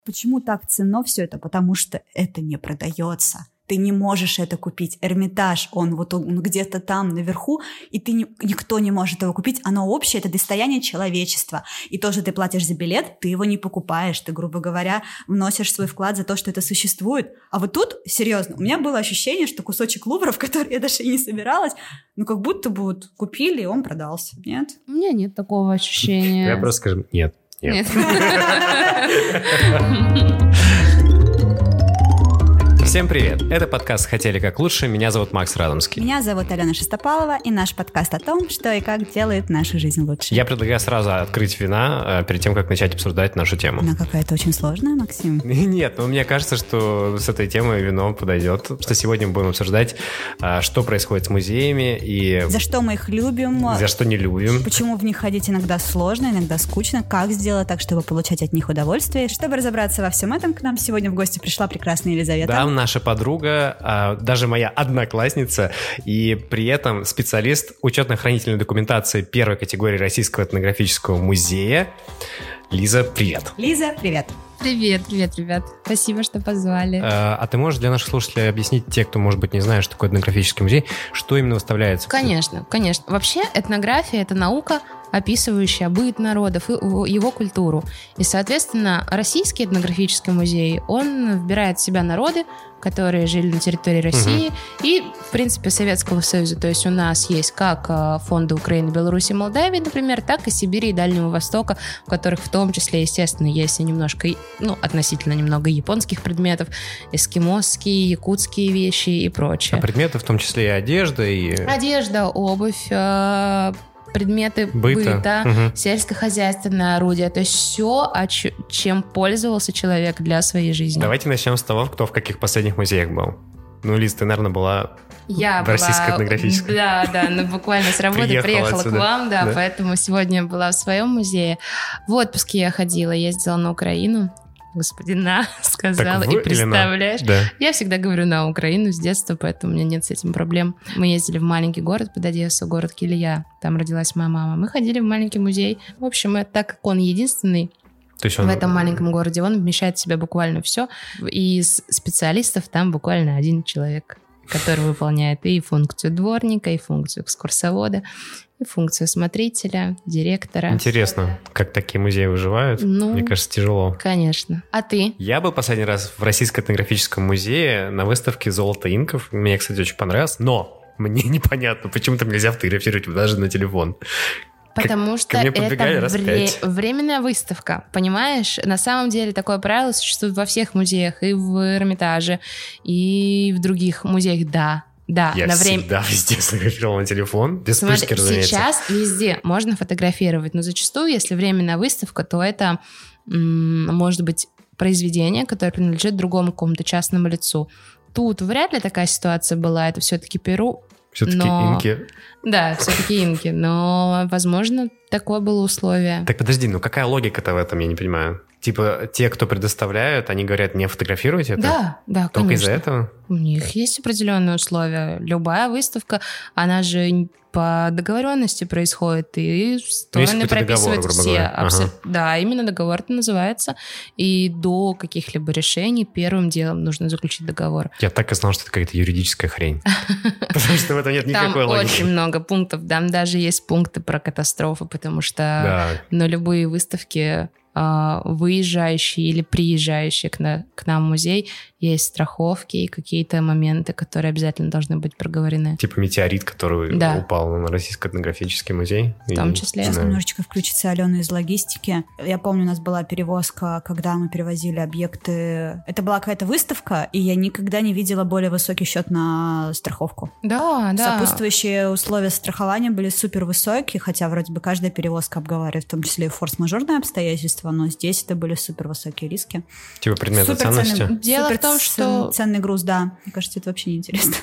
Почему так ценно все это? Потому что это не продается. Ты не можешь это купить. Эрмитаж, он где-то там наверху, и никто не может его купить. Оно общее, это достояние человечества. И то, что ты платишь за билет, ты его не покупаешь. Ты, грубо говоря, вносишь свой вклад за то, что это существует. А вот тут, серьезно, у меня было ощущение, что кусочек Лувра, в который я даже и не собиралась, как будто бы купили, и он продался. Нет? У меня нет такого ощущения. Я просто скажу, нет. Всем привет! Это подкаст «Хотели как лучше». Меня зовут Макс Радомский. Меня зовут Алена Шестопалова, и наш подкаст о том, что и как делает нашу жизнь лучше. Я предлагаю сразу открыть вина перед тем, как начать обсуждать нашу тему. Она какая-то очень сложная, Максим. Нет, но мне кажется, что с этой темой вино подойдет. Что сегодня мы будем обсуждать, что происходит с музеями и... За что мы их любим. За что не любим. Почему в них ходить иногда сложно, иногда скучно. Как сделать так, чтобы получать от них удовольствие. Чтобы разобраться во всем этом, к нам сегодня в гости пришла прекрасная Елизавета. Да, наша подруга, даже моя одноклассница, и при этом специалист учетно-хранительной документации первой категории Российского этнографического музея. Лиза, привет. Лиза, привет. Привет, ребят. Спасибо, что позвали. А ты можешь для наших слушателей объяснить, те, кто, может быть, не знает, что такое этнографический музей, что именно выставляется? Конечно. Вообще этнография – это наука, описывающая быт народов и его культуру. И, соответственно, Российский этнографический музей, он вбирает в себя народы, которые жили на территории России и, в принципе, Советского Союза. То есть у нас есть как фонды Украины, Беларуси, Молдавии, например, так и Сибири и Дальнего Востока, в которых в том числе, естественно, есть и немножко, относительно немного японских предметов, эскимосские, якутские вещи и прочее. А предметы в том числе и одежда, и... Одежда, обувь, предметы быта, сельскохозяйственное орудие, то есть все, чем пользовался человек для своей жизни. Давайте начнем с того, кто в каких последних музеях был. Лиз, ты, наверное, была в Российском этнографическом. Да, буквально с работы приехала к вам, да, поэтому сегодня была в своем музее. В отпуске я ходила, ездила на Украину. Господи, сказала, и представляешь. Да. Я всегда говорю на Украину с детства, поэтому у меня нет с этим проблем. Мы ездили в маленький город под Одессу, город Килия. Там родилась моя мама. Мы ходили в маленький музей. В общем, так как он единственный в этом маленьком городе, он вмещает в себя буквально все. Из специалистов там буквально один человек, который выполняет и функцию дворника, и функцию экскурсовода, и функцию смотрителя, директора. Интересно, как такие музеи выживают? Мне кажется, тяжело. Конечно. А ты? Я был последний раз в Российском этнографическом музее на выставке «Золото инков». Мне, кстати, очень понравилось, но мне непонятно, почему там нельзя фотографировать даже на телефон. Потому что это временная выставка, понимаешь? На самом деле такое правило существует во всех музеях, и в Эрмитаже, и в других музеях, да. Я всегда везде сфотографировал на телефон, без вспышки, разумеется. Сейчас везде можно фотографировать, но зачастую, если временная выставка, то это может быть произведение, которое принадлежит другому какому-то частному лицу. Тут вряд ли такая ситуация была, это все-таки Перу. Все-таки инки. Да, все-таки инки, но, возможно, такое было условие. Так подожди, какая логика-то в этом, я не понимаю? Типа, те, кто предоставляют, они говорят, не фотографируйте это? Да, только конечно. Из-за этого? У них есть определенные условия. Любая выставка, она же по договоренности происходит, и стороны прописывают все. Да, именно договор это называется. И до каких-либо решений первым делом нужно заключить договор. Я так и знал, что это какая-то юридическая хрень. Потому что в этом нет никакой логики. Там очень много пунктов. Там даже есть пункты про катастрофы, потому что на любые выставки выезжающие или приезжающие к нам в музей, есть страховки и какие-то моменты, которые обязательно должны быть проговорены. Типа метеорит, который упал на Российский этнографический музей. В том числе. Сейчас немножечко включится Алена из логистики. Я помню, у нас была перевозка, когда мы перевозили объекты. Это была какая-то выставка, и я никогда не видела более высокий счет на страховку. Да. Сопутствующие условия страхования были супер высокие, хотя вроде бы каждая перевозка обговаривает, в том числе и форс-мажорные обстоятельства, но здесь это были супер высокие риски. Типа предметы ценности? Дело в том, что... Ценный груз, да. Мне кажется, это вообще неинтересно.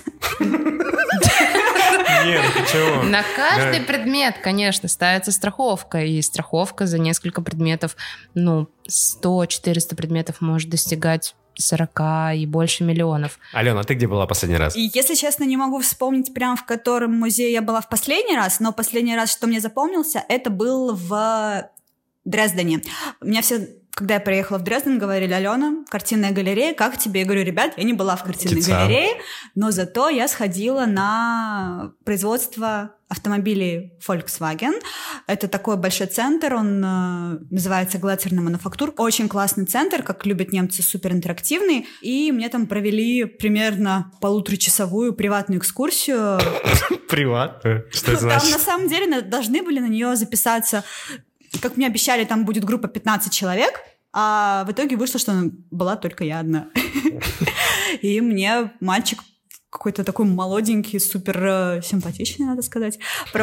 Нет, ты чего? На каждый предмет, конечно, ставится страховка. И страховка за несколько предметов, 100-400 предметов может достигать 40 и больше миллионов. Алена, а ты где была последний раз? Если честно, не могу вспомнить прям в котором музее я была в последний раз, но последний раз, что мне запомнился, это был в Дрездене. У меня все Когда я приехала в Дрезден, говорили: Алена, картинная галерея, как тебе? Я говорю: ребят, я не была в картинной галерее, но зато я сходила на производство автомобилей Volkswagen. Это такой большой центр, он называется Глацерная мануфактура. Очень классный центр, как любят немцы, суперинтерактивный. И мне там провели примерно полуторачасовую приватную экскурсию. Приватную? Что это значит? Там на самом деле должны были на нее записаться, как мне обещали, там будет группа 15 человек, а в итоге вышло, что была только я одна. И мне мальчик какой-то такой молоденький, супер симпатичный, надо сказать,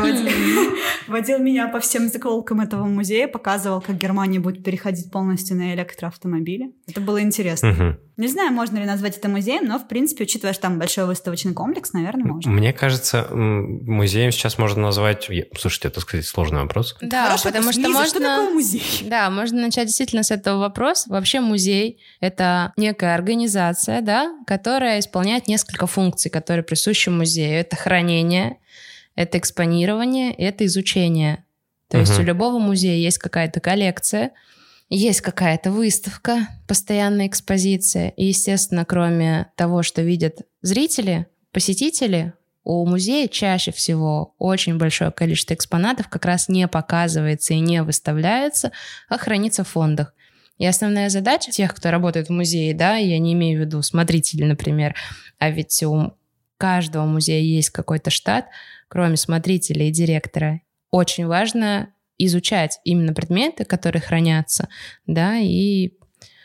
водил меня по всем закоулкам этого музея, показывал, как Германия будет переходить полностью на электроавтомобили. Это было интересно. Не знаю, можно ли назвать это музеем, но, в принципе, учитывая, что там большой выставочный комплекс, наверное, можно. Мне кажется, музеем сейчас можно назвать... Слушайте, это, сказать, сложный вопрос. Да, хорошо, потому что Лиза, можно... Что такое музей? Да, можно начать действительно с этого вопроса. Вообще музей — это некая организация, да, которая исполняет несколько функций, которые присущи музею. Это хранение, это экспонирование, это изучение. То есть у любого музея есть какая-то коллекция, есть какая-то выставка, постоянная экспозиция. И, естественно, кроме того, что видят зрители, посетители, у музея чаще всего очень большое количество экспонатов как раз не показывается и не выставляется, а хранится в фондах. И основная задача тех, кто работает в музее, да, я не имею в виду смотрителей, например, а ведь у каждого музея есть какой-то штат, кроме смотрителя и директора. Очень важно изучать именно предметы, которые хранятся, да, и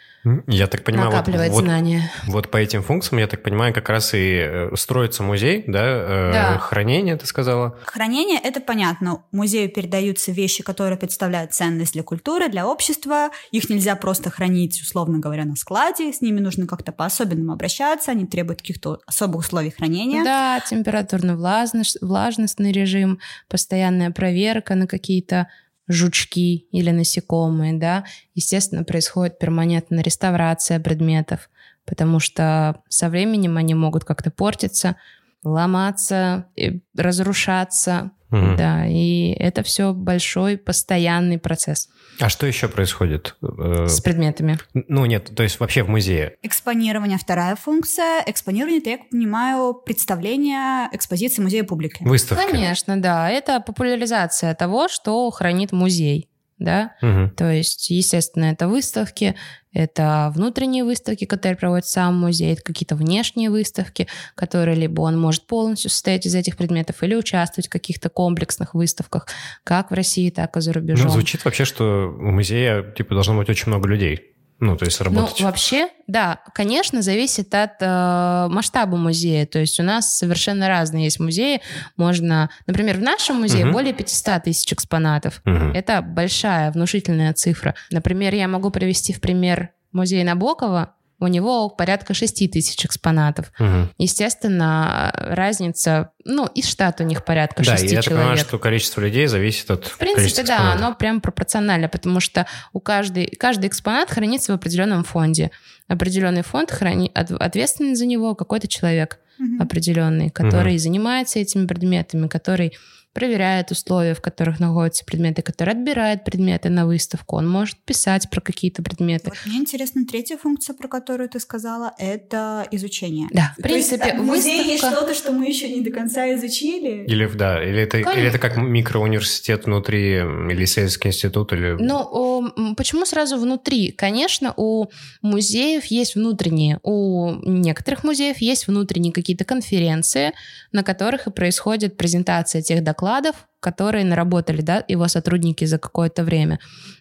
я так понимаю, накапливать знания. Вот по этим функциям, я так понимаю, как раз и строится музей, да? Да. Хранение, ты сказала? Хранение — это понятно. Музею передаются вещи, которые представляют ценность для культуры, для общества. Их нельзя просто хранить, условно говоря, на складе. С ними нужно как-то по-особенному обращаться. Они требуют каких-то особых условий хранения. Да, температурно-влажностный режим, постоянная проверка на какие-то жучки или насекомые, да, естественно, происходит перманентная реставрация предметов, потому что со временем они могут как-то портиться, ломаться, разрушаться, да, и это все большой постоянный процесс. А что еще происходит? С предметами? Ну, нет, то есть вообще в музее. Экспонирование — вторая функция. Экспонирование — это, я понимаю, представление экспозиции музея публике. Выставки. Конечно, да. Это популяризация того, что хранит музей. Да? То есть, естественно, это выставки, это внутренние выставки, которые проводит сам музей, это какие-то внешние выставки, которые либо он может полностью состоять из этих предметов или участвовать в каких-то комплексных выставках, как в России, так и за рубежом. Ну, звучит вообще, что у музея типа должно быть очень много людей. Ну, то есть работать. Ну, вообще, да, конечно, зависит от масштаба музея. То есть у нас совершенно разные есть музеи. Можно, например, в нашем музее более 500 тысяч экспонатов. Это большая, внушительная цифра. Например, я могу привести в пример музей Набокова. У него порядка 6 тысяч экспонатов. Естественно, разница... Ну, и штат у них порядка 6 человек. Да, я так понимаю, что количество людей зависит от количества экспонатов. В принципе, да, оно прям пропорционально, потому что каждый экспонат хранится в определенном фонде. Определенный фонд ответственный за него какой-то человек определенный, который занимается этими предметами, который проверяет условия, в которых находятся предметы, который отбирает предметы на выставку, он может писать про какие-то предметы. Вот мне интересна третья функция, про которую ты сказала, это изучение. Да, в принципе, в музее есть что-то, что мы еще не до конца изучили? Или это как микроуниверситет внутри, или исследовательский институт, или... Ну, почему сразу внутри? Конечно, у музеев есть внутренние, у некоторых музеев есть внутренние какие-то конференции, на которых и происходит презентация тех докладов, которые наработали, да, его сотрудники за какое-то время.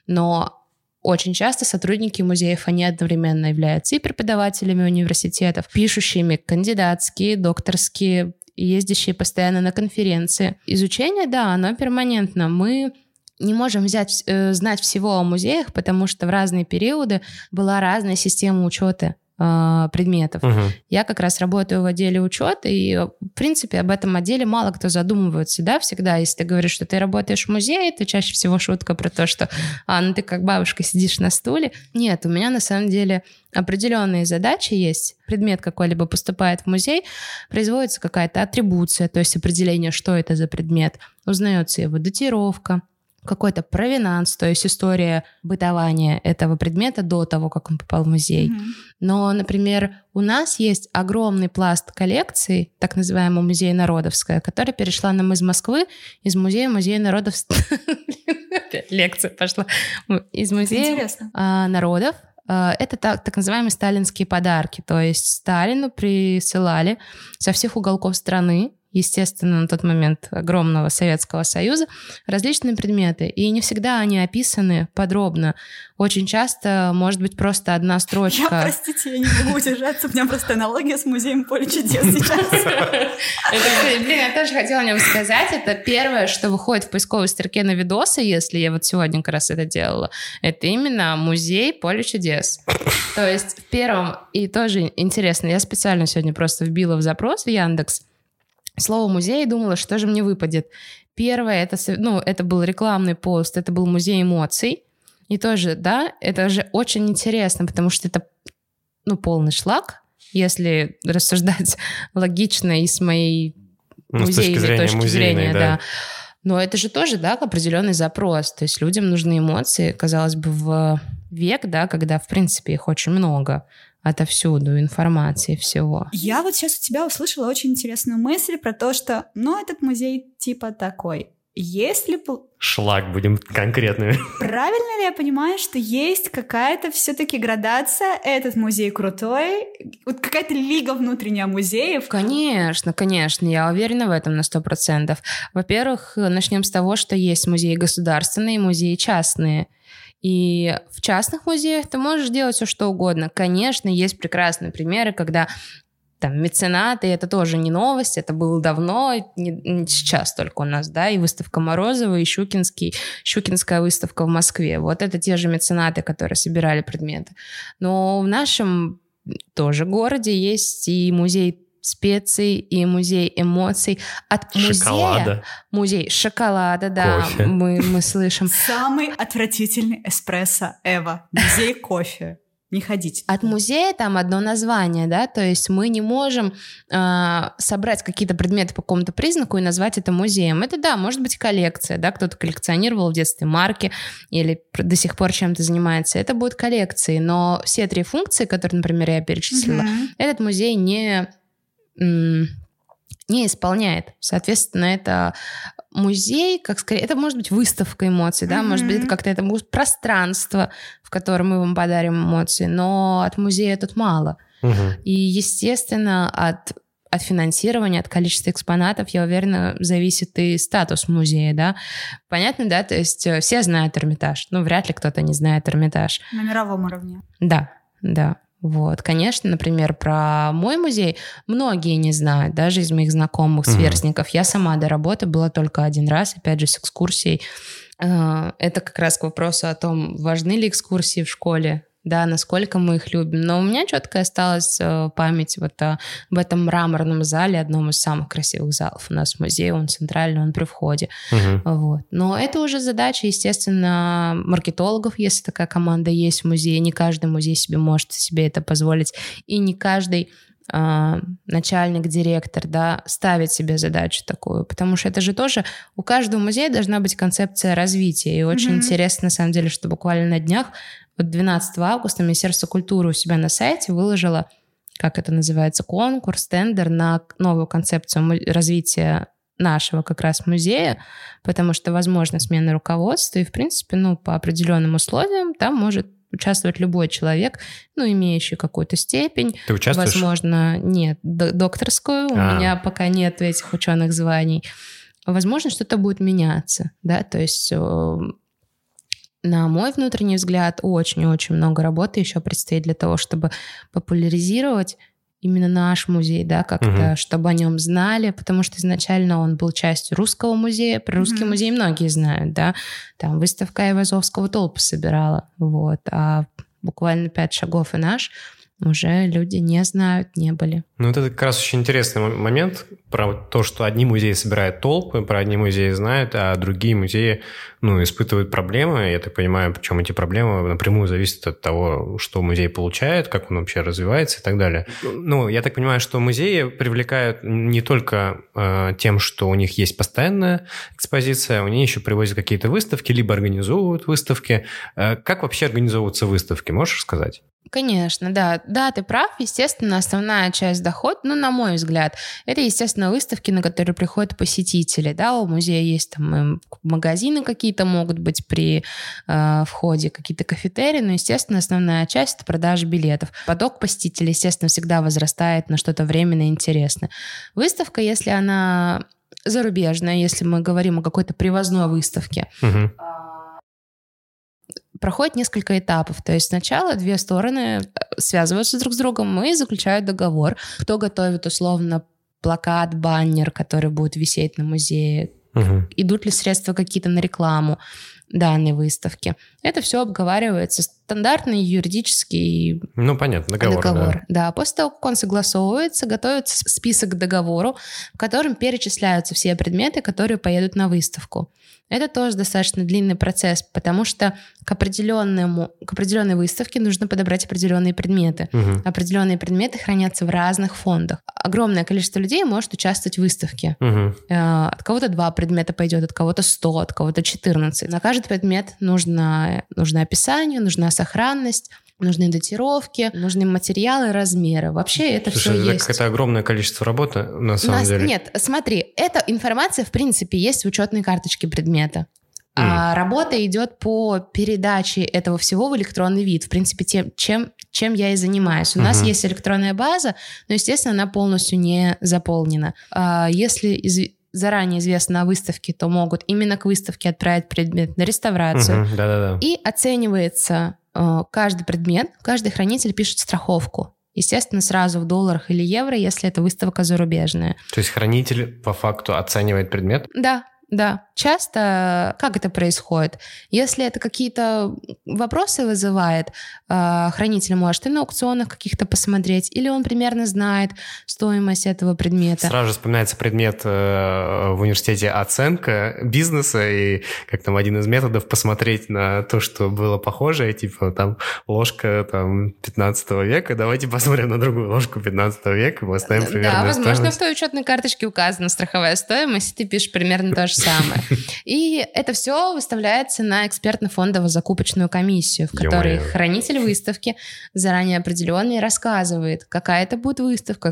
Но очень часто сотрудники музеев, они одновременно являются и преподавателями университетов, пишущими кандидатские, докторские, ездящие постоянно на конференции. Изучение, да, оно перманентно. Мы не можем знать всего о музеях, потому что в разные периоды была разная система учета предметов. Я как раз работаю в отделе учета, и, в принципе, об этом отделе мало кто задумывается, да, всегда. Если ты говоришь, что ты работаешь в музее, то чаще всего шутка про то, что ты как бабушка сидишь на стуле. Нет, у меня на самом деле определенные задачи есть. Предмет какой-либо поступает в музей, производится какая-то атрибуция, то есть определение, что это за предмет. Узнается его датировка, какой-то провинанс, то есть история бытования этого предмета до того, как он попал в музей. Но, например, у нас есть огромный пласт коллекций, так называемый музей Народовская, которая перешла нам из Москвы, из музея Народовская. Лекция пошла. Из музея народов. Это так называемые сталинские подарки. То есть Сталину присылали со всех уголков страны, естественно, на тот момент огромного Советского Союза, различные предметы. И не всегда они описаны подробно. Очень часто, может быть, просто одна строчка. Простите, я не могу удержаться, у меня просто аналогия с музеем Поле чудес сейчас. Я тоже хотела о нем сказать. Это первое, что выходит в поисковой строке на видосы, если я вот сегодня как раз это делала. Это именно музей Поле чудес. То есть в первом, и тоже интересно, я специально сегодня просто вбила в запрос в Яндекс слово «музей» и думала, что же мне выпадет. Первое, это был рекламный пост, это был музей эмоций. И тоже, да, это же очень интересно, потому что это, полный шлак, если рассуждать логично и с моей музейной точки зрения, да. Но это же тоже, да, определенный запрос. То есть людям нужны эмоции, казалось бы, в век, да, когда, в принципе, их очень много. Отовсюду информации всего. Я вот сейчас у тебя услышала очень интересную мысль про то, что, этот музей типа такой. Если... Шлак, будем конкретными. Правильно ли я понимаю, что есть какая-то все-таки градация, этот музей крутой, вот какая-то лига внутренняя музеев? Конечно, я уверена в этом на 100%. Во-первых, начнем с того, что есть музеи государственные и музеи частные. И в частных музеях ты можешь делать все, что угодно. Конечно, есть прекрасные примеры, когда там меценаты, это тоже не новость, это было давно, не сейчас только у нас, да, и выставка Морозова, и Щукинская выставка в Москве. Вот это те же меценаты, которые собирали предметы. Но в нашем тоже городе есть и музей специй, и музей эмоций. От музея... Музей шоколада, да, мы слышим. Самый отвратительный эспрессо Эва. Музей кофе. Не ходите. От музея там одно название, да, то есть мы не можем собрать какие-то предметы по какому-то признаку и назвать это музеем. Это, да, может быть коллекция, да, кто-то коллекционировал в детстве марки или до сих пор чем-то занимается. Это будут коллекции, но все 3 функции, которые, например, я перечислила, этот музей не исполняет. Соответственно, это музей, как скорее, это может быть выставка эмоций, да, может быть, это будет пространство, в котором мы вам подарим эмоции, но от музея тут мало. И, естественно, от финансирования, от количества экспонатов, я уверена, зависит и статус музея, да. Понятно, да? То есть все знают Эрмитаж, вряд ли кто-то не знает Эрмитаж. На мировом уровне. Да. Вот, конечно, например, про мой музей многие не знают, даже из моих знакомых, сверстников. Я сама до работы была только 1 раз, опять же, с экскурсией. Это как раз к вопросу о том, важны ли экскурсии в школе, да, насколько мы их любим. Но у меня четко осталась память в этом мраморном зале, одном из самых красивых залов у нас в музее, он центральный, он при входе. Вот. Но это уже задача, естественно, маркетологов, если такая команда есть в музее. Не каждый музей может себе это позволить, и не каждый начальник, директор, да, ставит себе задачу такую, потому что это же тоже у каждого музея должна быть концепция развития, и очень интересно, на самом деле, что буквально на днях, 12 августа Министерство культуры у себя на сайте выложило, как это называется, конкурс, тендер на новую концепцию развития нашего как раз музея, потому что возможна смена руководства, и, в принципе, по определенным условиям там может участвовать любой человек, имеющий какую-то степень. Ты участвуешь? Возможно, нет, докторскую, у меня пока нет этих ученых званий. Возможно, что-то будет меняться, да, то есть... На мой внутренний взгляд, очень-очень много работы еще предстоит для того, чтобы популяризировать именно наш музей, да, как-то, чтобы о нем знали, потому что изначально он был частью русского музея. Про русский музей многие знают, да, там выставка Айвазовского толпы собирала, вот, а буквально 5 шагов и наш. уже люди не знают, не были. Ну, это как раз очень интересный момент про то, что одни музеи собирают толпы, про одни музеи знают, а другие музеи, испытывают проблемы. Я так понимаю, причем эти проблемы напрямую зависят от того, что музей получает, как он вообще развивается и так далее. Я так понимаю, что музеи привлекают не только тем, что у них есть постоянная экспозиция, они еще привозят какие-то выставки, либо организовывают выставки. Как вообще организовываются выставки, можешь рассказать? Конечно, да. Да, ты прав. Естественно, основная часть дохода, на мой взгляд, это, естественно, выставки, на которые приходят посетители. Да, у музея есть там магазины какие-то могут быть при входе, какие-то кафетерии, но, естественно, основная часть — это продажа билетов. Поток посетителей, естественно, всегда возрастает на что-то временное и интересное. Выставка, если она зарубежная, если мы говорим о какой-то привозной выставке, проходит несколько этапов. То есть сначала две стороны связываются друг с другом и заключают договор. Кто готовит условно плакат, баннер, который будет висеть на музее, идут ли средства какие-то на рекламу данной выставки. Это все обговаривается. Стандартный юридический понятно, договор. Да. После того, как он согласовывается, готовится список к договору, в котором перечисляются все предметы, которые поедут на выставку. Это тоже достаточно длинный процесс, потому что к определенной выставке нужно подобрать определенные предметы. Определенные предметы хранятся в разных фондах. Огромное количество людей может участвовать в выставке. От кого-то 2 предмета пойдет, от кого-то 100, от кого-то 14. На каждый предмет нужно описание, нужна сохранность, нужны датировки, нужны материалы, размеры. Вообще это все есть. Это огромное количество работы на самом деле. Нет, смотри, эта информация в принципе есть в учетной карточке предмета. А работа идет по передаче этого всего в электронный вид. В принципе, чем я и занимаюсь. У нас есть электронная база, но, естественно, она полностью не заполнена. Если заранее известно о выставке, то могут именно к выставке отправить предмет на реставрацию. И оценивается каждый предмет, каждый хранитель пишет страховку. Естественно, сразу в долларах или евро, если это выставка зарубежная. То есть хранитель по факту оценивает предмет? Да. Часто как это происходит? Если это какие-то вопросы вызывает, хранитель может и на аукционах каких-то посмотреть, или он примерно знает стоимость этого предмета. Сразу же вспоминается предмет в университете оценка бизнеса, и как там один из методов посмотреть на то, что было похожее, типа там ложка 15 века, давайте посмотрим на другую ложку 15 века, мы оставим примерно. Да, возможно, в твоей учетной карточке указана страховая стоимость, и ты пишешь примерно то же самое. И это все выставляется на экспертно-фондово-закупочную комиссию, в которой хранитель выставки заранее определенный рассказывает, какая это будет выставка,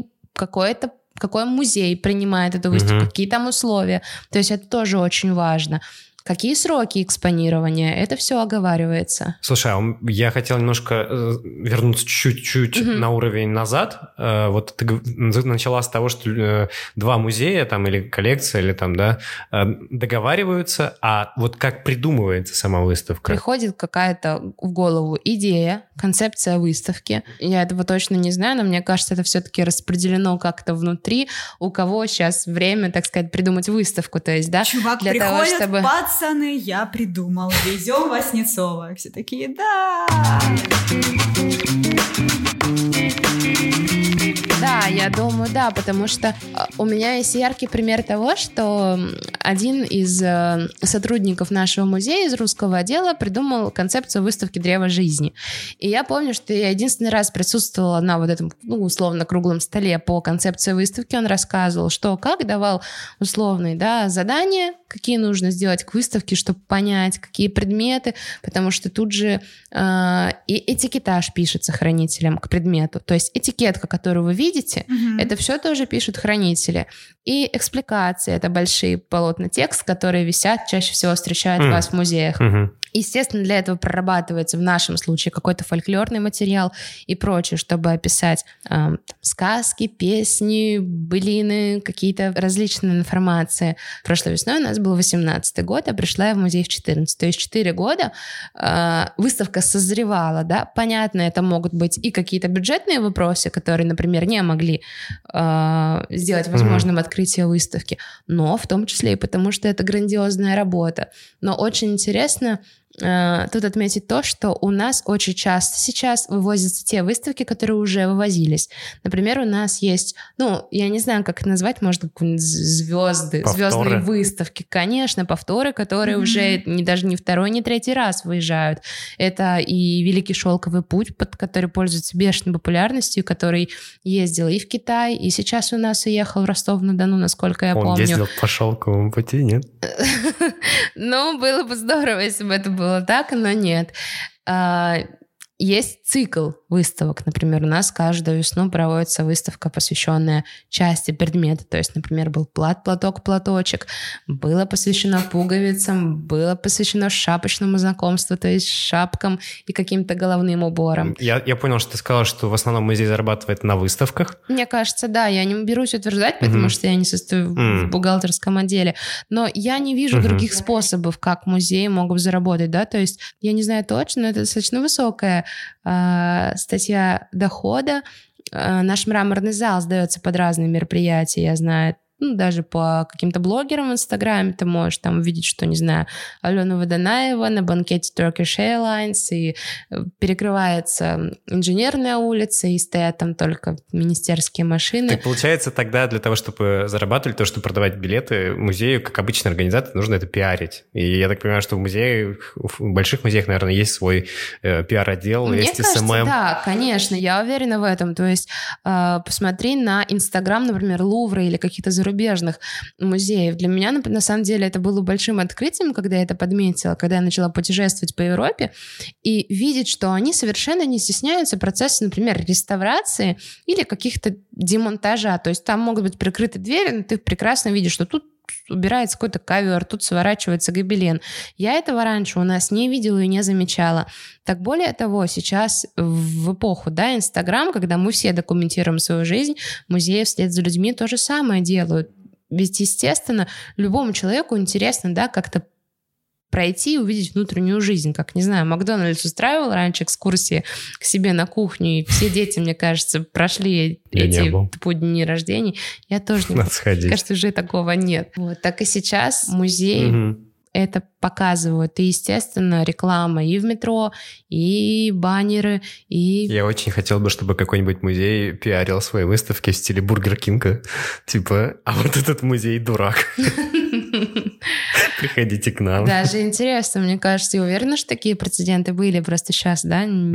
какой музей принимает эту выставку, какие там условия. То есть это тоже очень важно. Какие сроки экспонирования? Это все оговаривается. Слушай, я хотел немножко вернуться чуть-чуть на уровень назад. Вот ты начала с того, что 2 музея там, или коллекция, или там, да, договариваются, а вот как придумывается сама выставка? Приходит какая-то в голову идея, концепция выставки. Я этого точно не знаю, но мне кажется, это все-таки распределено как-то внутри. У кого сейчас время, так сказать, придумать выставку? То есть, да, чувак для приходит, того, чтобы... пацаны, я придумал, везем Васнецова. Все такие, да! Да, я думаю, да, потому что у меня есть яркий пример того, что один из сотрудников нашего музея из русского отдела придумал концепцию выставки «Древо жизни». И я помню, что я единственный раз присутствовала на вот этом, условно, круглом столе по концепции выставки. Он рассказывал, что как, давал условные, да, задания, какие нужно сделать к выставке, чтобы понять, какие предметы, потому что тут же и этикетаж пишется хранителем к предмету. То есть этикетка, которую вы видите, это все тоже пишут хранители. И экспликации — это большие полотна текста, которые висят, чаще всего встречают вас в музеях. Естественно, для этого прорабатывается в нашем случае какой-то фольклорный материал и прочее, чтобы описать сказки, песни, былины, какие-то различные информации. Прошлой весной у нас был 18-й год, а пришла я в музей в 14. То есть 4 года выставка созревала, да. Понятно, это могут быть и какие-то бюджетные вопросы, которые, например, не могли сделать возможным открытие выставки, но в том числе и потому, что это грандиозная работа. Но очень интересно тут отметить то, что у нас очень часто сейчас вывозятся те выставки, которые уже вывозились. Например, у нас есть, я не знаю, как это назвать, может, звездные выставки. Конечно, повторы, которые уже даже не второй, не третий раз выезжают. Это и Великий шелковый путь, который пользуется бешеной популярностью, который ездил и в Китай, и сейчас у нас уехал в Ростов-на-Дону, насколько я помню. Он ездил по шелковому пути, нет? Было бы здорово, если бы это было так, но нет. Есть цикл выставок. Например, у нас каждую весну проводится выставка, посвященная части предмета. То есть, например, был платок, платочек, было посвящено пуговицам, было посвящено шапочному знакомству, то есть шапкам и каким-то головным уборам. Я понял, что ты сказала, что в основном музей зарабатывает на выставках. Мне кажется, да. Я не берусь утверждать, потому что я не состою в бухгалтерском отделе. Но я не вижу других способов, как музеи могут заработать. Да? То есть, я не знаю точно, но это достаточно высокая статья дохода. Наш мраморный зал сдается под разные мероприятия, я знаю. Даже по каким-то блогерам в Инстаграме ты можешь там увидеть, что, не знаю, Алена Водонаева на банкете Turkish Airlines, и перекрывается Инженерная улица, и стоят там только министерские машины. Так получается, тогда для того, чтобы зарабатывать, то, чтобы продавать билеты музею, как обычный организатор, нужно это пиарить. И я так понимаю, что в больших музеях, наверное, есть свой пиар-отдел, есть СММ. Да, конечно, я уверена в этом. То есть посмотри на Инстаграм, например, Лувра или каких-то зарубежных музеев. Для меня, на самом деле, это было большим открытием, когда я это подметила, когда я начала путешествовать по Европе и видеть, что они совершенно не стесняются процесса, например, реставрации или каких-то демонтажа. То есть там могут быть прикрыты двери, но ты прекрасно видишь, что тут убирается какой-то ковер, тут сворачивается гобелен. Я этого раньше у нас не видела и не замечала. Так более того, сейчас в эпоху, Инстаграм, когда мы все документируем свою жизнь, музеи вслед за людьми то же самое делают. Ведь, естественно, любому человеку интересно, как-то пройти и увидеть внутреннюю жизнь. Как, не знаю, Макдональдс устраивал раньше экскурсии к себе на кухню, и все дети, мне кажется, прошли эти дни рождений. Я тоже не... Мне кажется, уже такого нет. Вот. Так и сейчас музей это показывают. И, естественно, реклама и в метро, и баннеры, и... Я очень хотел бы, чтобы какой-нибудь музей пиарил свои выставки в стиле Бургер Кинга. Типа, а вот этот музей дурак. Приходите к нам. Даже интересно, мне кажется, я уверена, что такие прецеденты были, просто сейчас,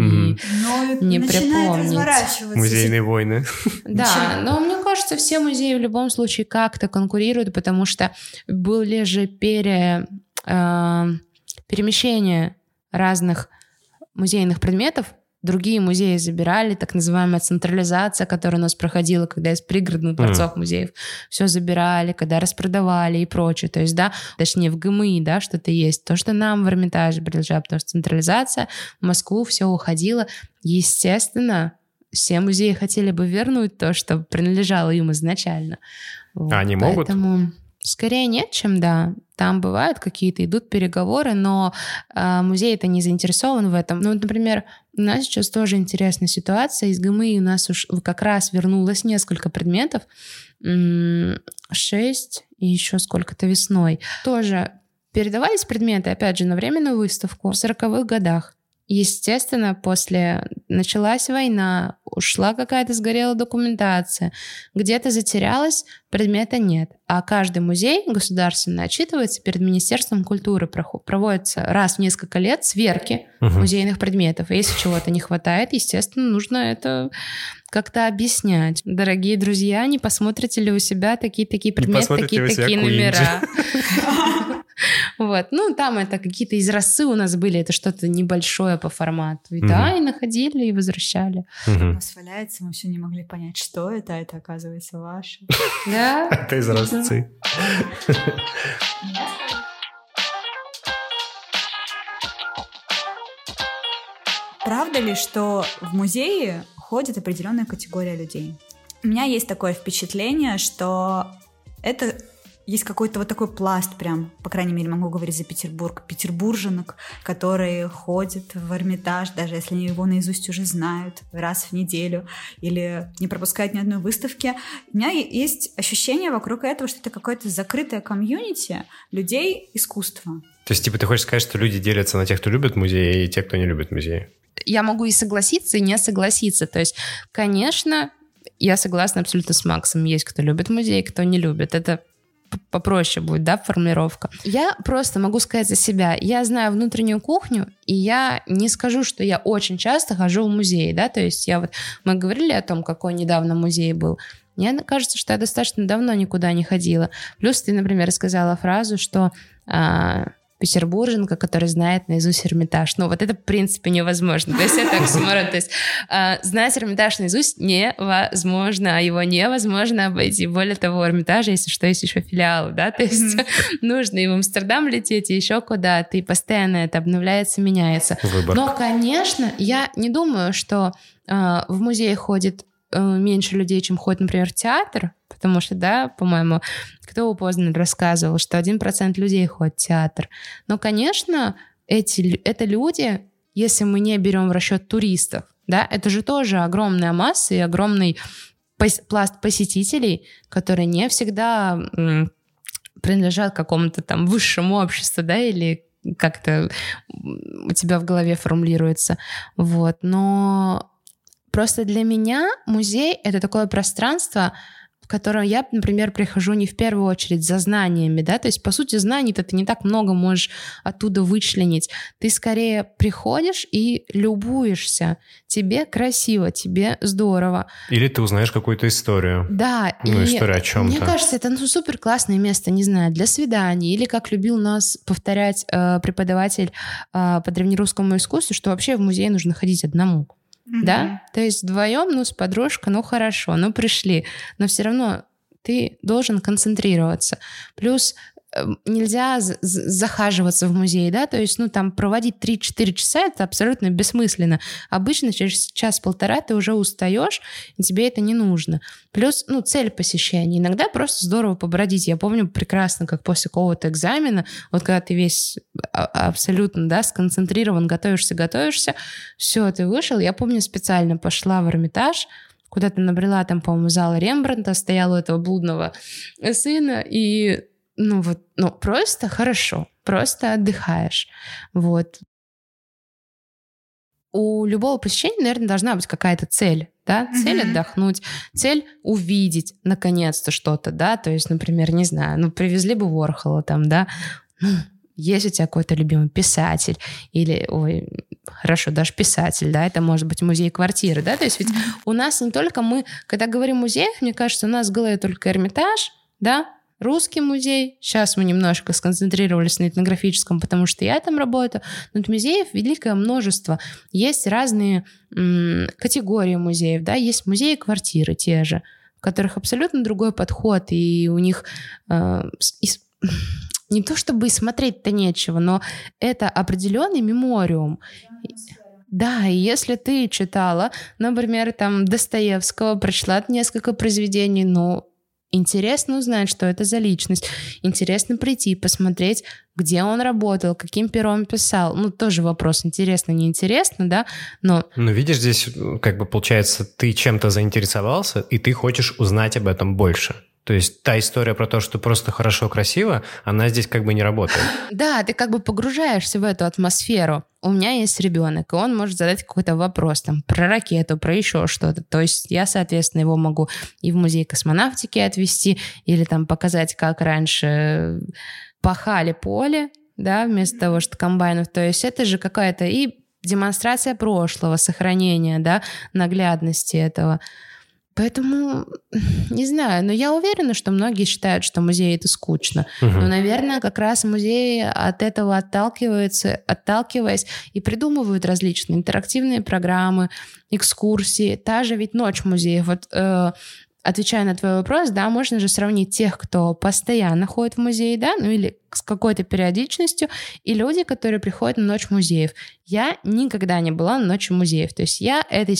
не припомнить. Музейные войны. Да, но мне кажется, все музеи в любом случае как-то конкурируют, потому что были же перемещение разных музейных предметов. Другие музеи забирали, так называемая централизация, которая у нас проходила, когда из пригородных дворцов музеев все забирали, когда распродавали и прочее. То есть, точнее, в ГМИ, что-то есть. То, что нам в Эрмитаже принадлежало, потому что централизация в Москву, все уходило. Естественно, все музеи хотели бы вернуть то, что принадлежало им изначально. Вот, они могут? Поэтому... Скорее нет, чем да. Там бывают какие-то, идут переговоры, но музей-то не заинтересован в этом. Например, у нас сейчас тоже интересная ситуация. Из ГМИ у нас уж как раз вернулось несколько предметов. 6 и еще сколько-то весной. Тоже передавались предметы, опять же, на временную выставку в 40-х годах. Естественно, началась война, ушла какая-то сгорела документация, где-то затерялась, предмета нет. А каждый музей государственный отчитывается перед Министерством культуры. Проводится раз в несколько лет сверки музейных предметов. И если чего-то не хватает, естественно, нужно это как-то объяснять. Дорогие друзья, не посмотрите ли у себя такие-и предметы, такие номера? Вот. Там это какие-то изразцы у нас были, это что-то небольшое по формату. И и находили, и возвращали. У нас валяется, мы все не могли понять, что это, а это оказывается ваше. Да? Это изразцы. Правда ли, что в музее ходит определенная категория людей? У меня есть такое впечатление, что это... Есть какой-то вот такой пласт прям, по крайней мере, могу говорить за Петербург, петербурженок, которые ходят в Эрмитаж, даже если они его наизусть уже знают раз в неделю или не пропускают ни одной выставки. У меня есть ощущение вокруг этого, что это какое-то закрытое комьюнити людей искусства. То есть, ты хочешь сказать, что люди делятся на тех, кто любит музеи, и тех, кто не любит музеи? Я могу и согласиться, и не согласиться. То есть, конечно, я согласна абсолютно с Максом. Есть кто любит музей, кто не любит. Это попроще будет, да, формулировка. Я просто могу сказать за себя. Я знаю внутреннюю кухню, и я не скажу, что я очень часто хожу в музей, да, то есть мы говорили о том, какой недавно музей был. Мне кажется, что я достаточно давно никуда не ходила. Плюс ты, например, сказала фразу, что петербурженка, которая знает наизусть Эрмитаж. Ну, вот это, в принципе, невозможно. То есть это оксюморон. То есть знать Эрмитаж наизусть невозможно, а его невозможно обойти. Более того, у Эрмитажа, если что, есть еще филиалы, да, то есть нужно и в Амстердам лететь, и еще куда-то, и постоянно это обновляется, меняется. Выбор. Но, конечно, я не думаю, что в музей ходит меньше людей, чем ходит, например, в театр, потому что, да, по-моему, кто Познер рассказывал, что 1% людей ходит в театр. Но, конечно, это люди, если мы не берем в расчет туристов, да, это же тоже огромная масса и огромный пласт посетителей, которые не всегда принадлежат какому-то там высшему обществу, да, или как-то у тебя в голове формулируется. Вот. Но просто для меня музей — это такое пространство, в котором я, например, прихожу не в первую очередь за знаниями, да, то есть, по сути, знаний-то ты не так много можешь оттуда вычленить. Ты скорее приходишь и любуешься. Тебе красиво, тебе здорово. Или ты узнаешь какую-то историю. Да. Ну, история о чем-то. Мне кажется, это супер классное место, не знаю, для свиданий, или, как любил нас повторять преподаватель по древнерусскому искусству, что вообще в музей нужно ходить одному. Да? То есть вдвоем, с подружкой, хорошо, пришли. Но все равно ты должен концентрироваться. Плюс нельзя захаживаться в музей, да, то есть, там проводить 3-4 часа — это абсолютно бессмысленно. Обычно через час-полтора ты уже устаешь, и тебе это не нужно. Плюс, цель посещения. Иногда просто здорово побродить. Я помню прекрасно, как после какого-то экзамена, вот когда ты весь абсолютно, да, сконцентрирован, готовишься, все, ты вышел. Я помню, специально пошла в Эрмитаж, куда-то набрела там, по-моему, зала Рембрандта, стояла у этого блудного сына, и просто хорошо, просто отдыхаешь. Вот. У любого посещения, наверное, должна быть какая-то цель, да? Цель отдохнуть, цель увидеть наконец-то что-то, да? То есть, например, не знаю, привезли бы Ворхола там, да? Есть у тебя какой-то любимый писатель или, хорошо, даже писатель, да, это может быть музей квартиры, да? То есть ведь у нас не только когда говорим музеях, мне кажется, у нас в голове только Эрмитаж, да? Русский музей. Сейчас мы немножко сконцентрировались на этнографическом, потому что я там работаю. Но музеев великое множество. Есть разные категории музеев. Да? Есть музеи-квартиры те же, в которых абсолютно другой подход. И у них не то чтобы и смотреть-то нечего, но это определенный мемориум. Да, и если ты читала, например, там Достоевского, прочла несколько произведений, интересно узнать, что это за личность. Интересно прийти, посмотреть, где он работал, каким пером писал. Тоже вопрос, интересно, неинтересно, да? Но видишь, здесь получается, ты чем-то заинтересовался, и ты хочешь узнать об этом больше. То есть та история про то, что просто хорошо, красиво, она здесь не работает. Да, ты погружаешься в эту атмосферу. У меня есть ребенок, и он может задать какой-то вопрос там про ракету, про еще что-то. То есть я, соответственно, его могу и в музей космонавтики отвезти, или там показать, как раньше пахали поле, да, вместо того, что комбайнов. То есть это же какая-то и демонстрация прошлого, сохранение, да, наглядности этого. Поэтому, не знаю, но я уверена, что многие считают, что музей — это скучно. Но, наверное, как раз музеи от этого отталкиваясь, и придумывают различные интерактивные программы, экскурсии. Та же ведь ночь музеев. Вот, отвечая на твой вопрос, да, можно же сравнить тех, кто постоянно ходит в музей, да, или с какой-то периодичностью, и люди, которые приходят на ночь музеев. Я никогда не была на ночи музеев. То есть я этой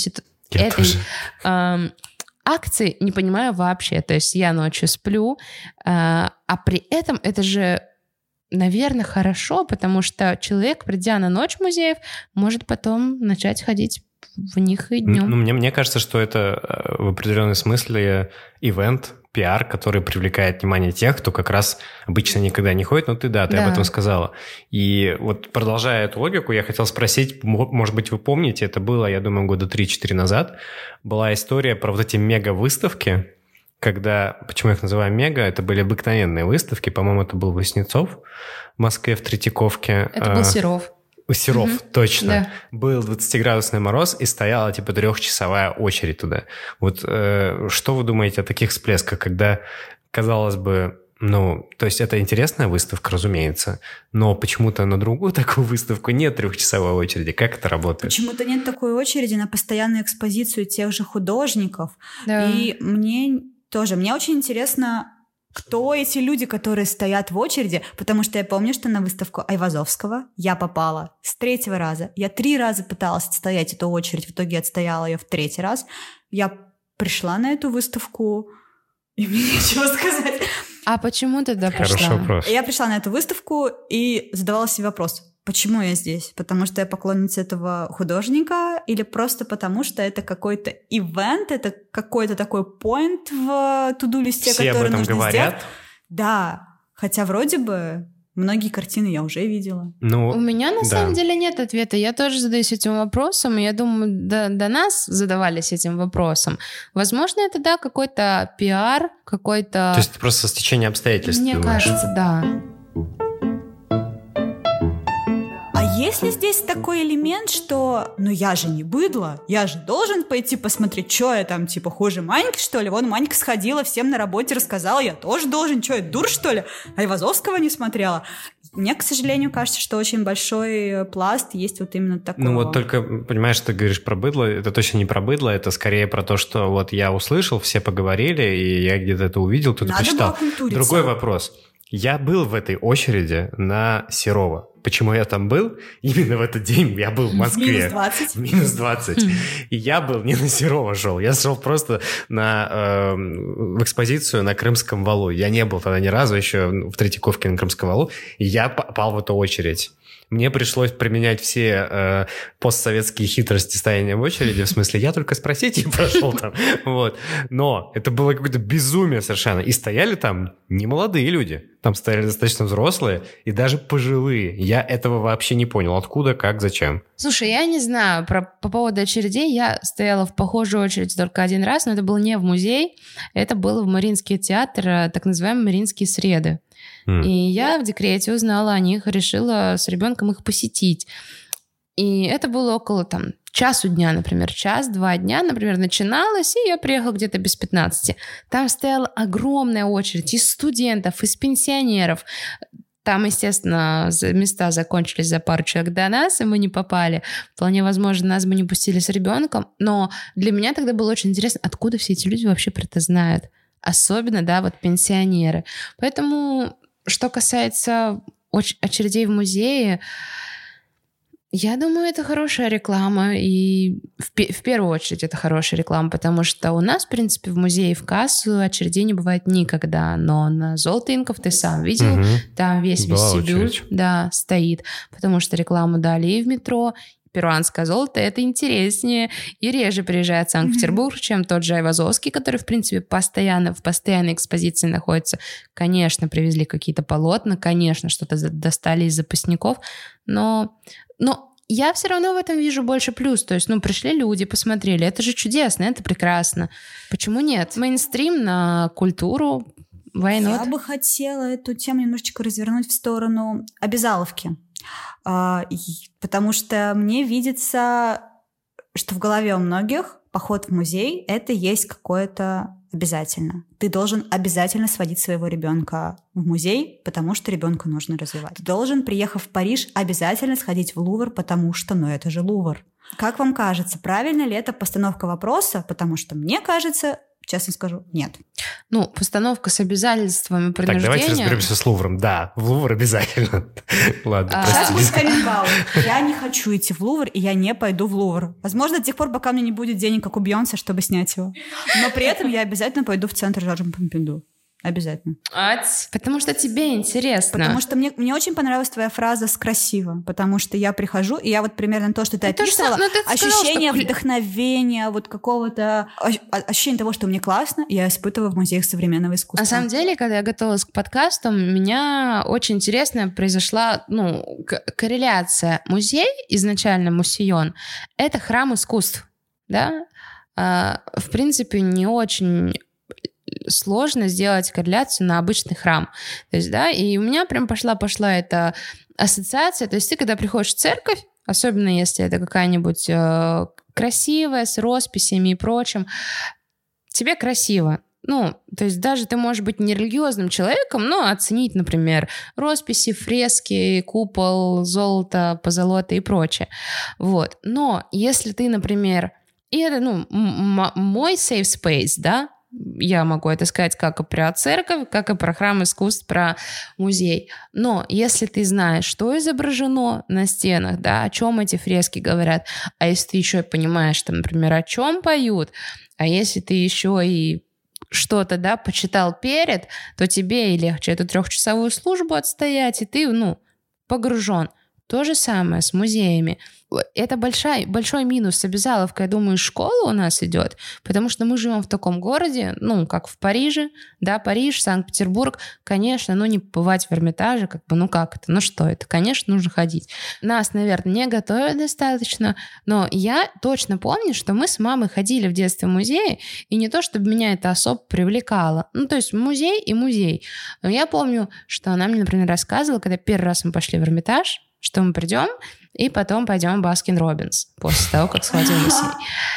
акции не понимаю вообще. То есть я ночью сплю, а при этом это же, наверное, хорошо, потому что человек, придя на ночь музеев, может потом начать ходить в них и днем. Мне кажется, что это в определенном смысле ивент пиар, который привлекает внимание тех, кто как раз обычно никогда не ходит, но ты об этом сказала. И вот продолжая эту логику, я хотел спросить, может быть, вы помните, это было, я думаю, года 3-4 назад, была история про вот эти мега-выставки, когда, почему я их называю мега, это были обыкновенные выставки, по-моему, это был Васнецов в Москве, в Третьяковке. Это был Серов. Серов, точно. Да. Был 20-градусный мороз, и стояла типа 3-часовая очередь туда. Вот что вы думаете о таких всплесках, когда, казалось бы, то есть это интересная выставка, разумеется, но почему-то на другую такую выставку нет 3-часовой очереди. Как это работает? Почему-то нет такой очереди на постоянную экспозицию тех же художников. Да. И мне очень интересно, кто эти люди, которые стоят в очереди, потому что я помню, что на выставку Айвазовского я попала с 3-го раза. Я 3 раза пыталась отстоять эту очередь, в итоге отстояла ее в 3-й раз. Я пришла на эту выставку, и мне нечего сказать. А почему ты туда пришла? Хороший вопрос. Я пришла на эту выставку и задавала себе вопрос, почему я здесь? Потому что я поклонница этого художника или просто потому, что это какой-то ивент, это какой-то такой поинт в туду-листе, который нужно говорят. сделать? Да, хотя вроде бы многие картины я уже видела. У меня на самом деле нет ответа. Я тоже задаюсь этим вопросом, и я думаю, до нас задавались этим вопросом. Возможно, это, какой-то пиар, какой-то... То есть это просто стечение обстоятельств, Мне думаешь? кажется, да. Есть ли здесь такой элемент, что я же не быдло, я же должен пойти посмотреть, что я там, типа, хуже Маньки, что ли? Вон Манька сходила, всем на работе рассказала, я тоже должен, что я, дур, что ли? Айвазовского не смотрела? Мне, к сожалению, кажется, что очень большой пласт есть вот именно такого. Вот только, понимаешь, ты говоришь про быдло, это точно не про быдло, это скорее про то, что вот я услышал, все поговорили, и я где-то это увидел, кто-то почитал. Другой вопрос. Я был в этой очереди на Серова. Почему я там был? Именно в этот день я был в Москве. Минус 20. И я был не на Серова шел. Я шел просто в экспозицию на Крымском валу. Я не был тогда ни разу еще в Третьяковке на Крымском валу. И я попал в эту очередь. Мне пришлось применять все постсоветские хитрости стояния в очереди. В смысле, я только спросить и прошел там. Вот. Но это было какое-то безумие совершенно. И стояли там не молодые люди. Там стояли достаточно взрослые и даже пожилые. Я этого вообще не понял. Откуда, как, зачем? Слушай, я не знаю по поводу очередей. Я стояла в похожей очереди только один раз, но это было не в музей. Это было в Мариинский театр, так называемые Мариинские среды. И я в декрете узнала о них, решила с ребенком их посетить. И это было около часу дня, например, 1-2 дня, например, начиналось, и я приехала где-то без 15. Там стояла огромная очередь из студентов, из пенсионеров. Там, естественно, места закончились за пару человек до нас, и мы не попали. Вполне возможно, нас бы не пустили с ребенком. Но для меня тогда было очень интересно, откуда все эти люди вообще про это знают. Особенно, пенсионеры. Поэтому, что касается очередей в музее, я думаю, это хорошая реклама. И в первую очередь это хорошая реклама, потому что у нас, в принципе, в музее в кассу очередей не бывает никогда. Но на Золото Инков ты сам видел, там весь вестибюль стоит, потому что рекламу дали и в метро. Перуанское золото — это интереснее и реже приезжает в Санкт-Петербург, чем тот же Айвазовский, который, в принципе, в постоянной экспозиции находится. Конечно, привезли какие-то полотна, конечно, что-то достали из запасников, но я все равно в этом вижу больше плюс. То есть, пришли люди, посмотрели. Это же чудесно, это прекрасно. Почему нет? Мейнстрим на культуру, why not? Я бы хотела эту тему немножечко развернуть в сторону обязаловки. Потому что мне видится, что в голове у многих поход в музей — это есть какое-то обязательно. Ты должен обязательно сводить своего ребенка в музей, потому что ребенку нужно развивать. Ты должен, приехав в Париж, обязательно сходить в Лувр, потому что, это же Лувр. Как вам кажется, правильно ли это постановка вопроса? Потому что мне кажется, честно скажу, нет. Постановка с обязательствами, принуждением... Так, давайте разберемся с Лувром. Да, в Лувр обязательно. Ладно, сейчас будет коммент-аут. Я не хочу идти в Лувр, и я не пойду в Лувр. Возможно, до тех пор, пока у меня не будет денег, как у Бейонсе, чтобы снять его. Но при этом я обязательно пойду в центр Жоржа Помпиду. Обязательно. Потому что тебе интересно. Потому что мне очень понравилась твоя фраза с «красиво», потому что я прихожу, и я вот примерно то, что ты описывала, ощущение вдохновения, вот какого-то ощущения того, что мне классно, я испытываю в музеях современного искусства. На самом деле, когда я готовилась к подкасту, у меня очень интересная произошла корреляция. Музей, изначально мусейон, это храм искусств, да? В принципе, не очень сложно сделать корреляцию на обычный храм. То есть, да, и у меня прям пошла эта ассоциация. То есть ты, когда приходишь в церковь, особенно если это какая-нибудь красивая, с росписями и прочим, тебе красиво. То есть даже ты можешь быть нерелигиозным человеком, но оценить, например, росписи, фрески, купол, золото, позолота и прочее. Вот. Но если ты, например, и это, мой safe space, да, я могу это сказать как и про церковь, как и про храм искусств, про музей. Но если ты знаешь, что изображено на стенах, да, о чем эти фрески говорят, а если ты еще и понимаешь, там, например, о чем поют, а если ты еще и что-то, да, почитал перед, то тебе и легче эту 3-часовую службу отстоять, и ты, погружен. То же самое с музеями. Это большой минус с обязаловкой, я думаю, школа у нас идет, потому что мы живем в таком городе, как в Париже, да, Париж, Санкт-Петербург, конечно, не побывать в Эрмитаже, как это, что это, конечно, нужно ходить. Нас, наверное, не готовят достаточно, но я точно помню, что мы с мамой ходили в детстве в музеи, и не то, чтобы меня это особо привлекало, то есть музей и музей. Но я помню, что она мне, например, рассказывала, когда первый раз мы пошли в Эрмитаж, что мы придем, и потом пойдем в Баскин-Роббинс после того, как сходим в музей.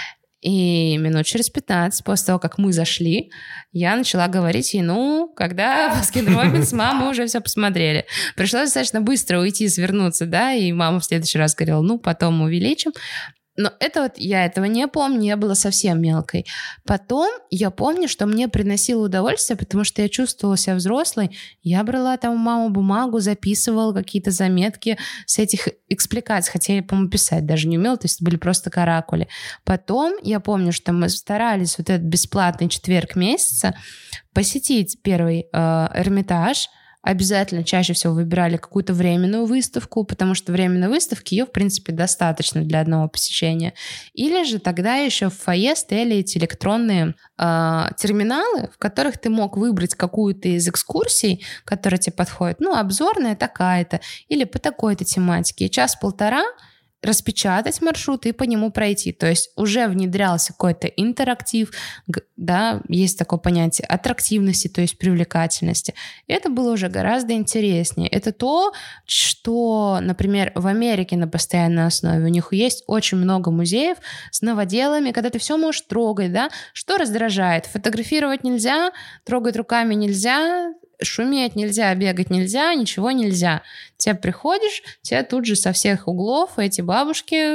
И минут через 15 после того, как мы зашли, я начала говорить ей, когда Баскин-Роббинс, мама уже все посмотрели. Пришлось достаточно быстро уйти, свернуться, да, и мама в следующий раз говорила, потом увеличим. Но я этого не помню, я была совсем мелкой. Потом я помню, что мне приносило удовольствие, потому что я чувствовала себя взрослой. Я брала там у мамы бумагу, записывала какие-то заметки с этих экспликаций, хотя я, по-моему, писать даже не умела, то есть это были просто каракули. Потом я помню, что мы старались вот этот бесплатный четверг месяца посетить первый Эрмитаж. Обязательно чаще всего выбирали какую-то временную выставку, потому что временной выставки ее, в принципе, достаточно для одного посещения. Или же тогда еще в фойе стояли эти электронные терминалы, в которых ты мог выбрать какую-то из экскурсий, которая тебе подходит. Обзорная такая-то, или по такой-то тематике. И 1-1.5 распечатать маршрут и по нему пройти. То есть уже внедрялся какой-то интерактив, да, есть такое понятие аттрактивности, то есть привлекательности. И это было уже гораздо интереснее. Это то, что, например, в Америке на постоянной основе у них есть очень много музеев с новоделами, когда ты все можешь трогать, да, что раздражает. Фотографировать нельзя, трогать руками нельзя, шуметь нельзя, бегать нельзя, ничего нельзя. Ты приходишь, тебя тут же со всех углов эти бабушки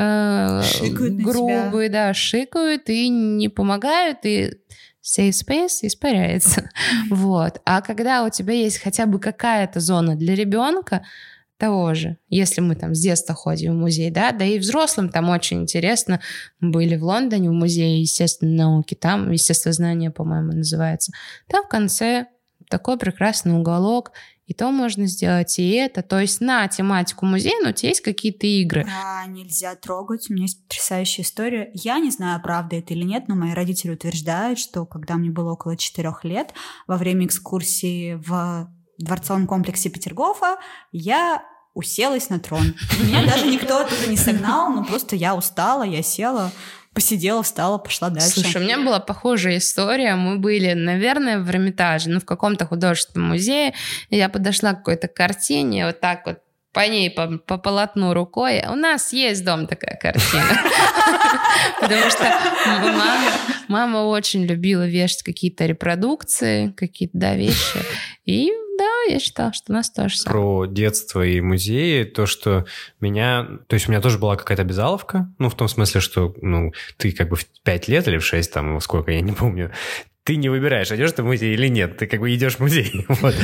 грубые, да, шикают и не помогают, и safe space испаряется. Вот. А когда у тебя есть хотя бы какая-то зона для ребенка, того же, если мы там с детства ходим в музей, да и взрослым там очень интересно. Мы были в Лондоне в музее естественной науки, там естествознание, по-моему, называется. Там в конце такой прекрасный уголок, и то можно сделать, и это. То есть на тематику музея, но у тебя есть какие-то игры. Нельзя трогать. У меня есть потрясающая история. Я не знаю, правда это или нет, но мои родители утверждают, что когда мне было около 4 лет, во время экскурсии в дворцовом комплексе Петергофа, я уселась на трон. Меня даже никто оттуда не согнал, просто я устала, я села, посидела, встала, пошла дальше. Слушай, у меня была похожая история. Мы были, наверное, в Эрмитаже, в каком-то художественном музее. Я подошла к какой-то картине, вот так вот по ней, по полотну рукой. У нас есть дома такая картина. Потому что мама очень любила вешать какие-то репродукции, какие-то, вещи. И да, я считала, что у нас тоже самое. Про детство и музеи, то, что то есть у меня тоже была какая-то обязаловка, в том смысле, что, ты в 5 лет или в 6, там, сколько, я не помню, ты не выбираешь, идешь ты в музей или нет, ты как бы идешь в музей.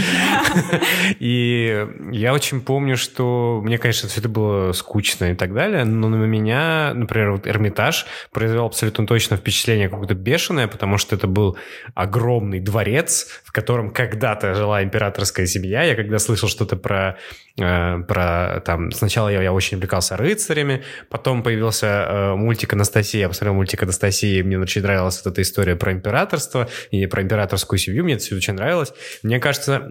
И я очень помню, что мне, конечно, все это было скучно и так далее, но на меня, например, вот Эрмитаж произвел абсолютно точно впечатление какое-то бешеное, потому что это был огромный дворец, в котором когда-то жила императорская семья. Я когда слышал что-то про там, сначала я очень увлекался рыцарями, потом появился мультик «Анастасия», я посмотрел мультик «Анастасия», мне очень нравилась вот эта история про императорство и про императорскую семью, мне это все очень нравилось. Мне кажется,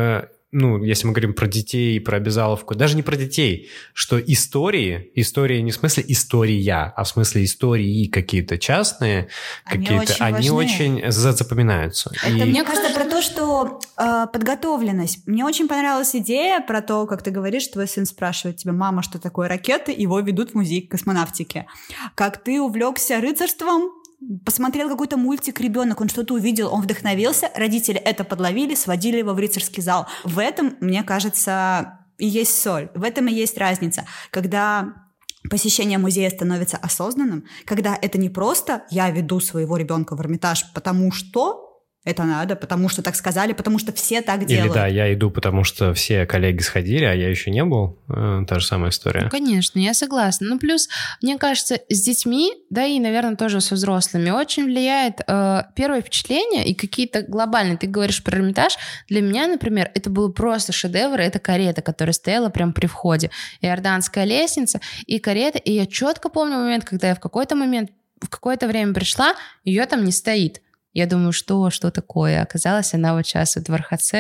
если мы говорим про детей и про обязаловку, даже не про детей, что истории не в смысле история, а в смысле истории какие-то частные, они очень запоминаются. Мне кажется, про то, что подготовленность. Мне очень понравилась идея про то, как ты говоришь, твой сын спрашивает тебя: мама, что такое ракеты, его ведут в музей космонавтики. Как ты увлекся рыцарством, посмотрел какой-то мультик, ребенок, он что-то увидел, он вдохновился, родители это подловили, сводили его в рыцарский зал. В этом, мне кажется, и есть соль, в этом и есть разница. Когда посещение музея становится осознанным, когда это не просто «я веду своего ребенка в Эрмитаж, потому что это надо, потому что так сказали, потому что все так делают». Или да, я иду, потому что все коллеги сходили, а я еще не был. Та же самая история. Ну, конечно, я согласна. Ну, плюс, мне кажется, с детьми, да и, наверное, тоже со взрослыми, очень влияет первое впечатление и какие-то глобальные. Ты говоришь про Эрмитаж. Для меня, например, это был просто шедевр. Это карета, которая стояла прямо при входе. Иорданская лестница и карета. И я четко помню момент, когда я в какое-то время пришла, ее там не стоит. Я думаю, что такое? Оказалось, она вот сейчас вот в РХЦ,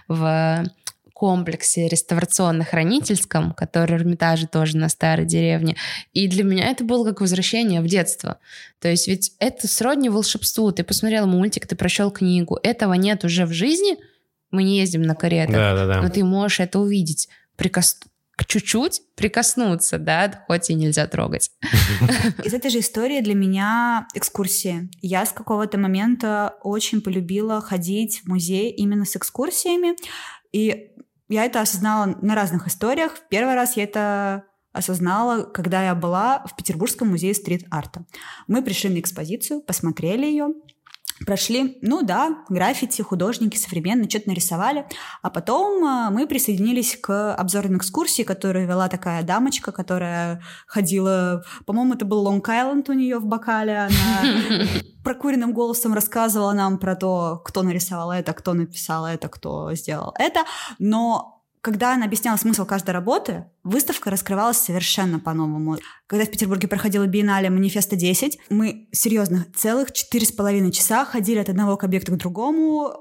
в комплексе реставрационно-хранительском, который в Эрмитаже тоже на старой деревне. И для меня это было как возвращение в детство. То есть ведь это сродни волшебству. Ты посмотрел мультик, ты прочел книгу. Этого нет уже в жизни. Мы не ездим на каретах. Да. Но ты можешь это увидеть, чуть-чуть прикоснуться, да, хоть и нельзя трогать. Из этой же истории для меня экскурсии. Я с какого-то момента очень полюбила ходить в музей именно с экскурсиями, и я это осознала на разных историях. В первый раз я это осознала, когда я была в Петербургском музее стрит-арта. Мы пришли на экспозицию, посмотрели ее, прошли, граффити, художники современные, что-то нарисовали. А потом мы присоединились к обзорной экскурсии, которую вела такая дамочка, которая ходила... По-моему, это был Лонг-Айленд у нее в бокале. Она прокуренным голосом рассказывала нам про то, кто нарисовал это, кто написал это, кто сделал это. Но когда она объясняла смысл каждой работы, выставка раскрывалась совершенно по-новому. Когда в Петербурге проходила биеннале «Манифеста 10», мы, серьезно, целых 4,5 часа ходили от одного к объекту к другому,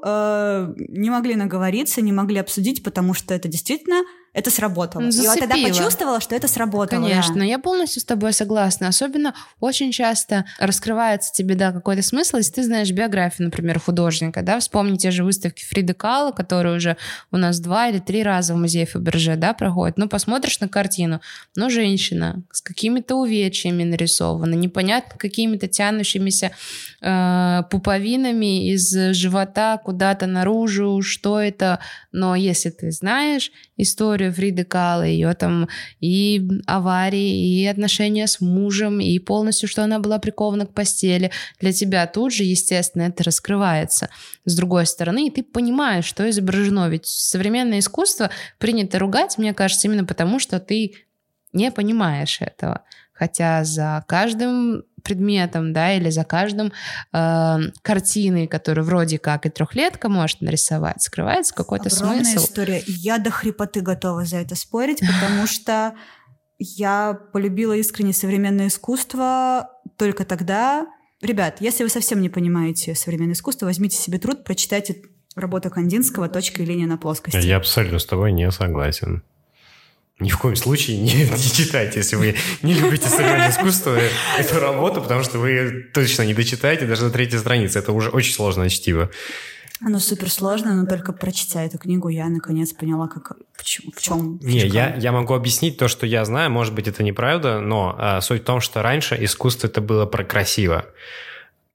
не могли наговориться, не могли обсудить, потому что это действительно... Это сработало. И я тогда почувствовала, что это сработало. Конечно, да. Я полностью с тобой согласна. Особенно очень часто раскрывается тебе, какой-то смысл, если ты знаешь биографию, например, художника, да, вспомни те же выставки Фриды Кало, которые уже у нас 2 или 3 раза в музее Фаберже, да, проходят. Посмотришь на картину, женщина с какими-то увечьями нарисована, непонятно какими-то тянущимися пуповинами из живота куда-то наружу, что это, но если ты знаешь историю Фриды Кало, ее там и аварии, и отношения с мужем, и полностью, что она была прикована к постели, для тебя тут же, естественно, это раскрывается. С другой стороны, и ты понимаешь, что изображено. Ведь современное искусство принято ругать, мне кажется, именно потому, что ты не понимаешь этого. Хотя за каждым предметом, да, или за каждым картиной, которую вроде как и трехлетка может нарисовать, скрывается какой-то огромная смысл. История. Я до хрипоты готова за это спорить, потому что я полюбила искренне современное искусство только тогда. Ребят, если вы совсем не понимаете современное искусство, возьмите себе труд, прочитайте работу Кандинского «Точка и линия на плоскости». Я абсолютно с тобой не согласен. Ни в коем случае не читайте, если вы не любите современное искусство, эту работу, потому что вы точно не дочитаете даже на 3-й странице. Это уже очень сложное чтиво. Оно суперсложно, но только прочитая эту книгу, я наконец поняла, в чем Не, я могу объяснить то, что я знаю. Может быть, это неправда, но суть в том, что раньше искусство это было про красиво.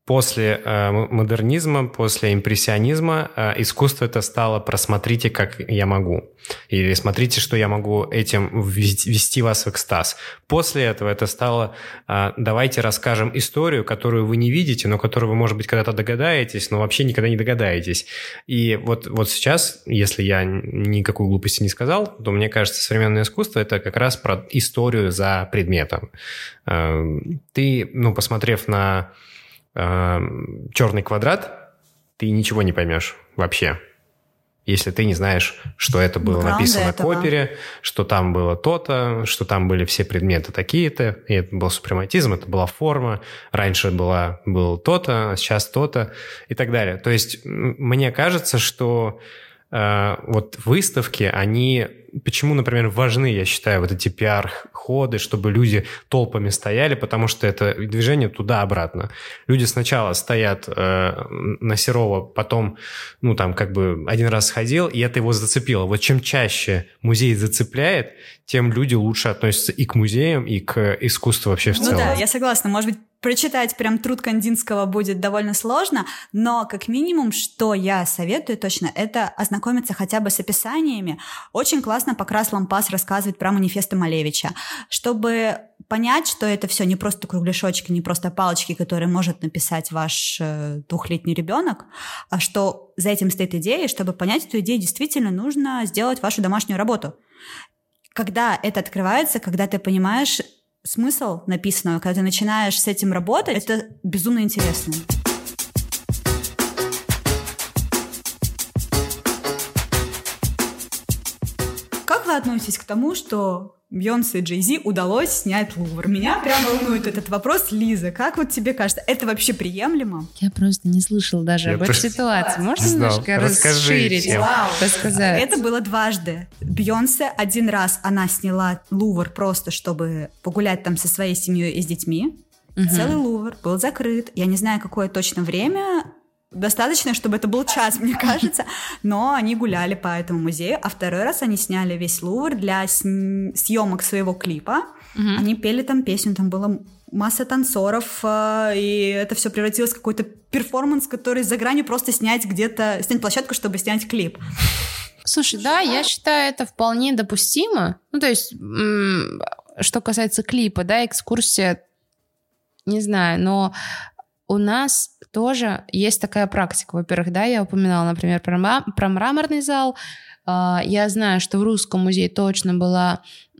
после модернизма, после импрессионизма искусство это стало про «смотрите, как я могу». Или «смотрите, что я могу этим ввести вас в экстаз». После этого это стало «давайте расскажем историю, которую вы не видите, но которую вы, может быть, когда-то догадаетесь, но вообще никогда не догадаетесь». И вот сейчас, если я никакой глупости не сказал, то мне кажется, современное искусство – это как раз про историю за предметом. Ты, посмотрев на черный квадрат, ты ничего не поймешь вообще, если ты не знаешь, что это было написано к опере, что там было то-то, что там были все предметы такие-то, и это был супрематизм, это была форма, раньше было то-то, а сейчас то-то и так далее. То есть мне кажется, что вот выставки, они... Почему, например, важны, я считаю, вот эти пиар-ходы, чтобы люди толпами стояли, потому что это движение туда-обратно. Люди сначала стоят на Серова, потом, один раз сходил, и это его зацепило. Вот чем чаще музей зацепляет, тем люди лучше относятся и к музеям, и к искусству вообще в целом. Да, я согласна. Может быть, прочитать прям труд Кандинского будет довольно сложно, но как минимум, что я советую точно, это ознакомиться хотя бы с описаниями. Очень классно Покрас Лампас рассказывает про манифесты Малевича, чтобы понять, что это все не просто кругляшочки, не просто палочки, которые может написать ваш 2-летний ребенок, а что за этим стоит идея, и чтобы понять эту идею, действительно нужно сделать вашу домашнюю работу. Когда это открывается, когда ты понимаешь смысл написанного, когда ты начинаешь с этим работать, это безумно интересно. Как вы относитесь к тому, что Бейонсе и Джей-Зи удалось снять Лувр? Меня прям волнует этот вопрос. Лиза, как вот тебе кажется, это вообще приемлемо? Я просто не слышала даже об этой ситуации. Можно немножко расширить? Рассказать? Это было дважды. Бейонсе один раз она сняла Лувр просто, чтобы погулять там со своей семьей и с детьми. Целый Лувр был закрыт. Я не знаю, какое точно время. Достаточно, чтобы это был час, мне кажется, но они гуляли по этому музею, а второй раз они сняли весь Лувр для съемок своего клипа. Они пели там песню, там была масса танцоров, и это все превратилось в какой-то перформанс, который за гранью просто снять площадку, чтобы снять клип. Слушай, да, я считаю, это вполне допустимо. То есть, что касается клипа, да, экскурсия, не знаю, но у нас тоже есть такая практика. Во-первых, да, я упоминала, например, про мраморный зал. Я знаю, что в Русском музее точно была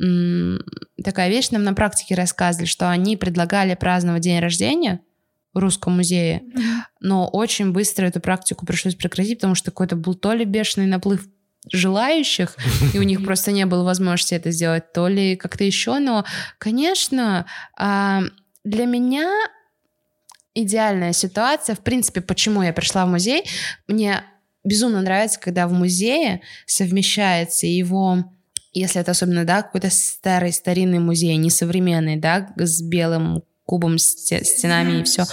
такая вещь, нам на практике рассказывали, что они предлагали праздновать день рождения в Русском музее, но очень быстро эту практику пришлось прекратить, потому что какой-то был то ли бешеный наплыв желающих, и у них просто не было возможности это сделать, то ли как-то еще. Но, конечно, для меня идеальная ситуация, в принципе, почему я пришла в музей, мне безумно нравится, когда в музее совмещается его, если это особенно, да, какой-то старый-старинный музей, не современный, да, с белым кубом, стенами и все.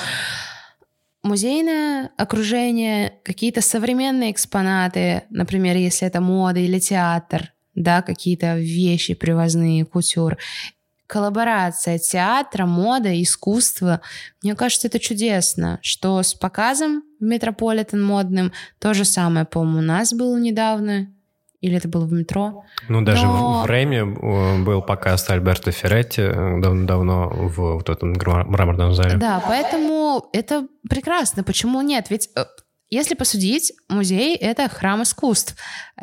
Музейное окружение, какие-то современные экспонаты, например, если это мода или театр, да, какие-то вещи привозные, кутюр. Коллаборация театра, мода, искусства. Мне кажется, это чудесно, что с показом в Метрополитен модным то же самое, по-моему, у нас было недавно. Или это было в метро? Даже в Рэме был показ Альберто Ферретти давно в вот этом мраморном зале. Да, поэтому это прекрасно. Почему нет? Ведь, если посудить, музей — это храм искусств.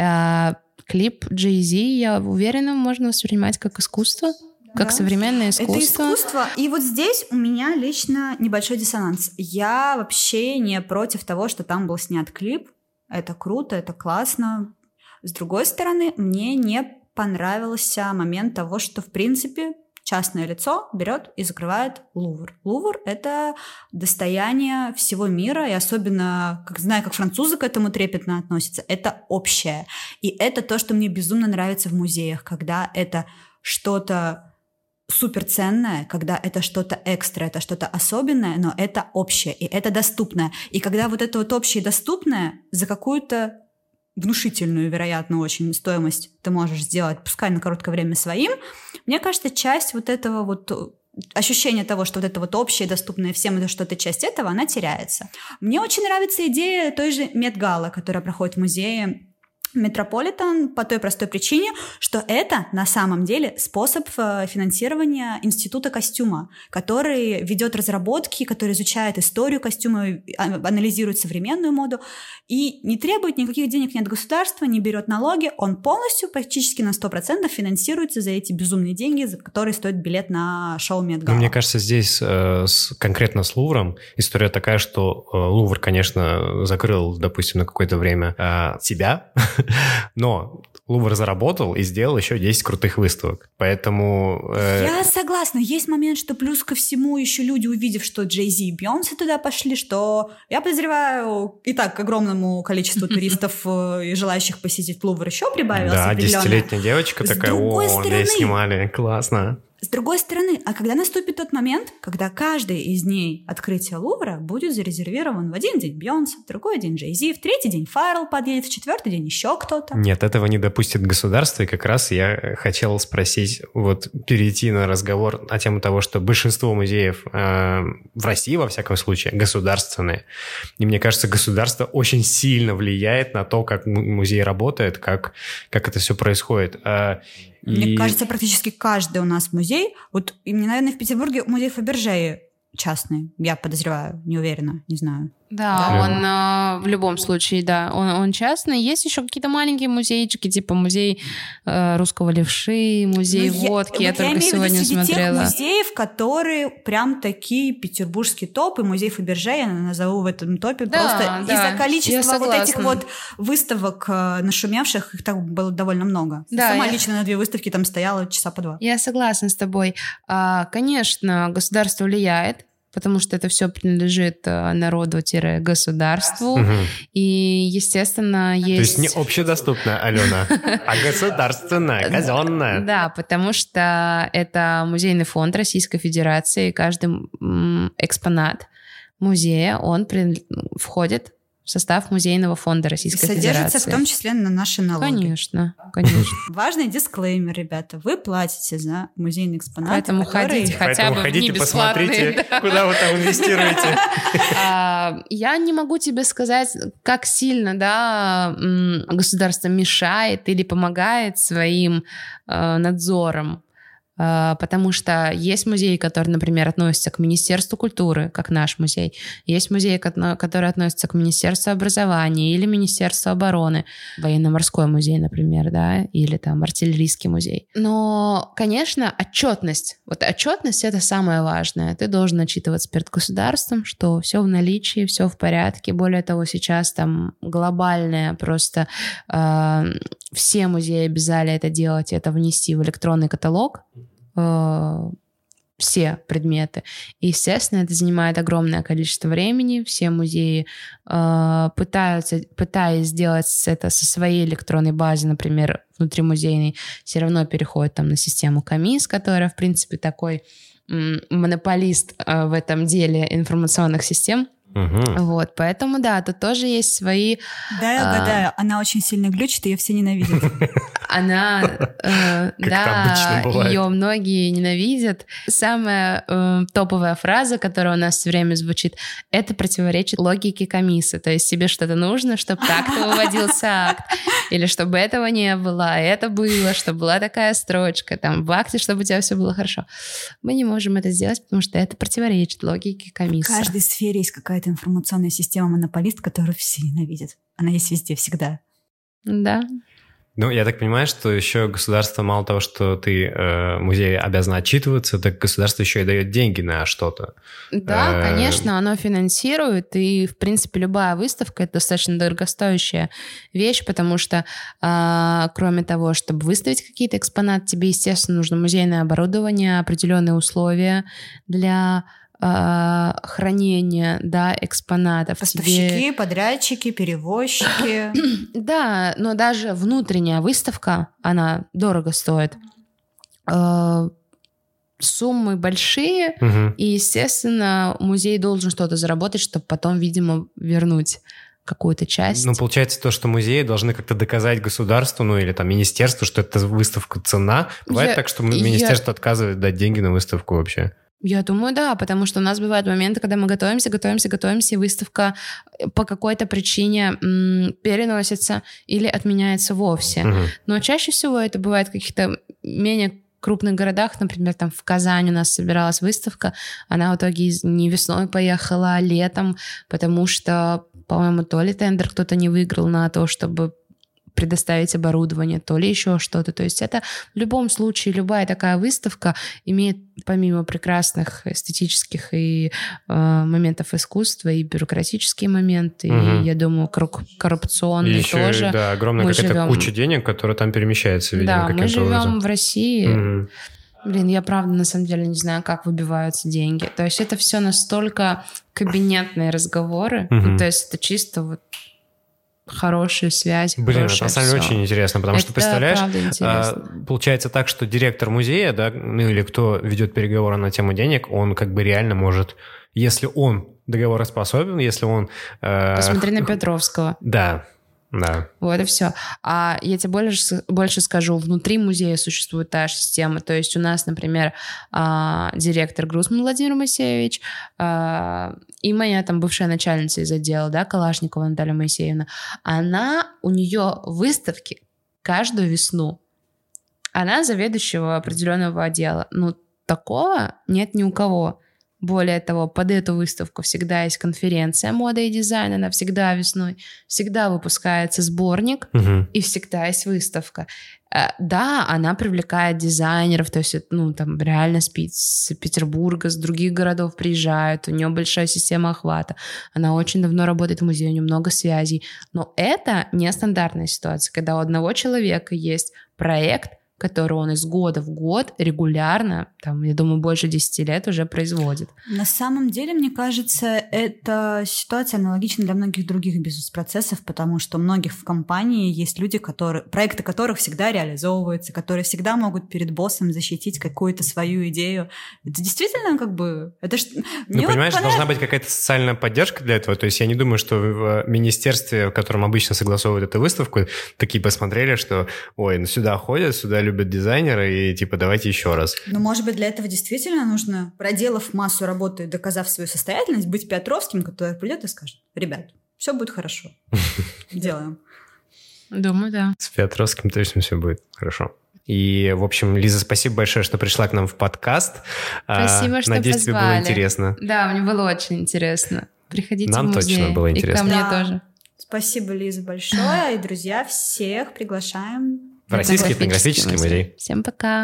Клип Jay-Z, я уверена, можно воспринимать как искусство. Как современное искусство. Это искусство. И вот здесь у меня лично небольшой диссонанс. Я вообще не против того, что там был снят клип. Это круто, это классно. С другой стороны, мне не понравился момент того, что, в принципе, частное лицо берет и закрывает Лувр. Лувр — это достояние всего мира, и особенно, знаю, как французы к этому трепетно относятся, это общее. И это то, что мне безумно нравится в музеях, когда это что-то суперценное, когда это что-то экстра, это что-то особенное, но это общее, и это доступное. И когда вот это вот общее и доступное за какую-то внушительную, вероятно, очень стоимость ты можешь сделать, пускай на короткое время своим, мне кажется, часть вот этого вот ощущение того, что вот это вот общее, доступное всем, это что-то часть этого, она теряется. Мне очень нравится идея той же Met-Gala, которая проходит в музее Метрополитен по той простой причине, что это на самом деле способ финансирования института костюма, который ведет разработки, который изучает историю костюма, анализирует современную моду и не требует никаких денег ни от государства, не берет налоги, он полностью, практически на 100% финансируется за эти безумные деньги, за которые стоит билет на шоу Met-Gala. Мне кажется, здесь конкретно с Лувром история такая, что Лувр, конечно, закрыл, допустим, на какое-то время себя, но Лувр заработал и сделал еще 10 крутых выставок. Поэтому... Я согласна. Есть момент, что плюс ко всему еще люди, увидев, что Джей-Зи и Бейонсе туда пошли, что, я подозреваю, и так к огромному количеству туристов и желающих посетить Лувр еще прибавилось. Да, 10-летняя девочка такая, меня снимали, классно. С другой стороны, а когда наступит тот момент, когда каждый из дней открытия Лувра будет зарезервирован в один день Бейонсе, в другой день Джей-Зи, в третий день Фаррелл подъедет, в четвертый день еще кто-то? Нет, этого не допустит государство, и как раз я хотел спросить, вот перейти на разговор на тему того, что большинство музеев в России, во всяком случае, государственные. И мне кажется, государство очень сильно влияет на то, как музей работает, как это все происходит. Мне кажется, практически каждый у нас музей, вот именно, наверное, в Петербурге музей Фаберже частный, я подозреваю, не уверена, не знаю. Да, он в любом случае, да, он частный. Есть еще какие-то маленькие музейчики, типа музей русского левши, музей водки. Я только сегодня смотрела. Тех музеев, которые прям такие петербургские топы. Музей Фаберже я назову в этом топе просто из-за количества вот этих вот выставок нашумевших, их так было довольно много. Да, сама лично на 2 выставки там стояла часа по 2. Я согласна с тобой. Конечно, государство влияет, потому что это все принадлежит народу-государству. И, естественно, есть... То есть не общедоступно, Алена, а государственное, казенное. Да, потому что это музейный фонд Российской Федерации, и каждый экспонат музея, он входит в состав музейного фонда Российской Федерации. Содержится в том числе на наши налоги. Конечно. Важный дисклеймер, ребята. Вы платите за музейный экспонат. Поэтому ходите хотя бы в небесплатные. Посмотрите, куда вы там инвестируете. Я не могу тебе сказать, как сильно государство мешает или помогает своим надзором. Потому что есть музеи, которые, например, относятся к Министерству культуры, как наш музей. Есть музеи, которые относятся к Министерству образования или Министерству обороны. Военно-морской музей, например, да, или там артиллерийский музей. Но, конечно, отчетность. Вот отчетность — это самое важное. Ты должен отчитываться перед государством, что все в наличии, все в порядке. Более того, сейчас там глобальное просто... все музеи обязали это делать, это внести в электронный каталог, все предметы. И, естественно, это занимает огромное количество времени. Все музеи пытаясь сделать это со своей электронной базы, например, внутримузейной, все равно переходят там на систему КАМИС, которая, в принципе, такой монополист в этом деле информационных систем. Вот, поэтому, да, тут тоже есть свои... Да, я угадаю, она очень сильно глючит, ее все ненавидят. Она, да, ее многие ненавидят. Самая топовая фраза, которая у нас все время звучит, это противоречит логике КАМИСа. То есть тебе что-то нужно, чтобы так-то выводился акт, или чтобы этого не было, а это было, чтобы была такая строчка, там, в акте, чтобы у тебя все было хорошо. Мы не можем это сделать, потому что это противоречит логике КАМИСа. В каждой сфере есть какая-то информационная система монополист, которую все ненавидят. Она есть везде, всегда. Да. Ну, я так понимаю, что еще государство, мало того, что ты музей обязан отчитываться, так государство еще и дает деньги на что-то. Да, конечно, оно финансирует, и, в принципе, любая выставка — это достаточно дорогостоящая вещь, потому что, кроме того, чтобы выставить какие-то экспонаты, тебе, естественно, нужно музейное оборудование, определенные условия для хранения, да, экспонатов. Поставщики, подрядчики, перевозчики. Да, но даже внутренняя выставка, она дорого стоит. Суммы большие, и, естественно, музей должен что-то заработать, чтобы потом, видимо, вернуть какую-то часть. Ну, получается то, что музеи должны как-то доказать государству, ну, или там министерству, что эта выставка цена. Бывает так, что министерство отказывает дать деньги на выставку вообще? Я думаю, да, потому что у нас бывают моменты, когда мы готовимся, и выставка по какой-то причине переносится или отменяется вовсе. Но чаще всего это бывает в каких-то менее крупных городах, например, там в Казани у нас собиралась выставка, она в итоге не весной поехала, а летом, потому что, по-моему, то ли тендер кто-то не выиграл на то, чтобы предоставить оборудование, то ли еще что-то. То есть это в любом случае любая такая выставка имеет помимо прекрасных эстетических и моментов искусства и бюрократические моменты, и, я думаю, коррупционные еще, тоже. Да, огромная какая-то куча денег, которая там перемещается, видимо, каким-то образом. Да, мы живем в России. Блин, я правда на самом деле не знаю, как выбиваются деньги. То есть это все настолько кабинетные разговоры. То есть это чисто вот хорошие связи. Блин, это на самом деле очень интересно, потому что, представляешь, получается так, что директор музея, да, ну или кто ведет переговоры на тему денег, он как бы реально может, если он договороспособен, если он... Посмотри на Петровского. Да. Вот и все. А я тебе больше скажу, внутри музея существует та же система. То есть у нас, например, директор Грузман Владимир Моисеевич и моя там бывшая начальница из отдела, да, Калашникова Наталья Моисеевна, у нее выставки каждую весну. Она заведующего определенного отдела. Ну, такого нет ни у кого. Более того, под эту выставку всегда есть конференция моды и дизайна, она всегда весной, всегда выпускается сборник, и всегда есть выставка. Да, она привлекает дизайнеров, то есть, ну, там реально с Петербурга, с других городов приезжают, у нее большая система охвата, она очень давно работает в музее, у нее много связей, но это не стандартная ситуация, когда у одного человека есть проект, который он из года в год регулярно, там, я думаю, больше 10 лет уже производит. На самом деле, мне кажется, эта ситуация аналогична для многих других бизнес-процессов, потому что у многих в компании есть люди, проекты которых всегда реализовываются, которые всегда могут перед боссом защитить какую-то свою идею. Это действительно как бы... Ну, понимаешь, должна быть какая-то социальная поддержка для этого. То есть я не думаю, что в министерстве, в котором обычно согласовывают эту выставку, такие посмотрели, что, ой, ну сюда ходят, сюда любят дизайнеры, и типа давайте еще раз. Ну, может быть, для этого действительно нужно, проделав массу работы и доказав свою состоятельность, быть Петровским, который придет и скажет: ребят, все будет хорошо. Делаем. Думаю, да. С Петровским точно все будет хорошо. И, в общем, Лиза, спасибо большое, что пришла к нам в подкаст. Спасибо, что Надеюсь, позвали. тебе было интересно. Да, мне было очень интересно. Приходите нам в музей. Точно было интересно. И ко мне тоже. Спасибо, Лиза, большое. И, друзья, всех приглашаем в Российский этнографический музей. Всем пока.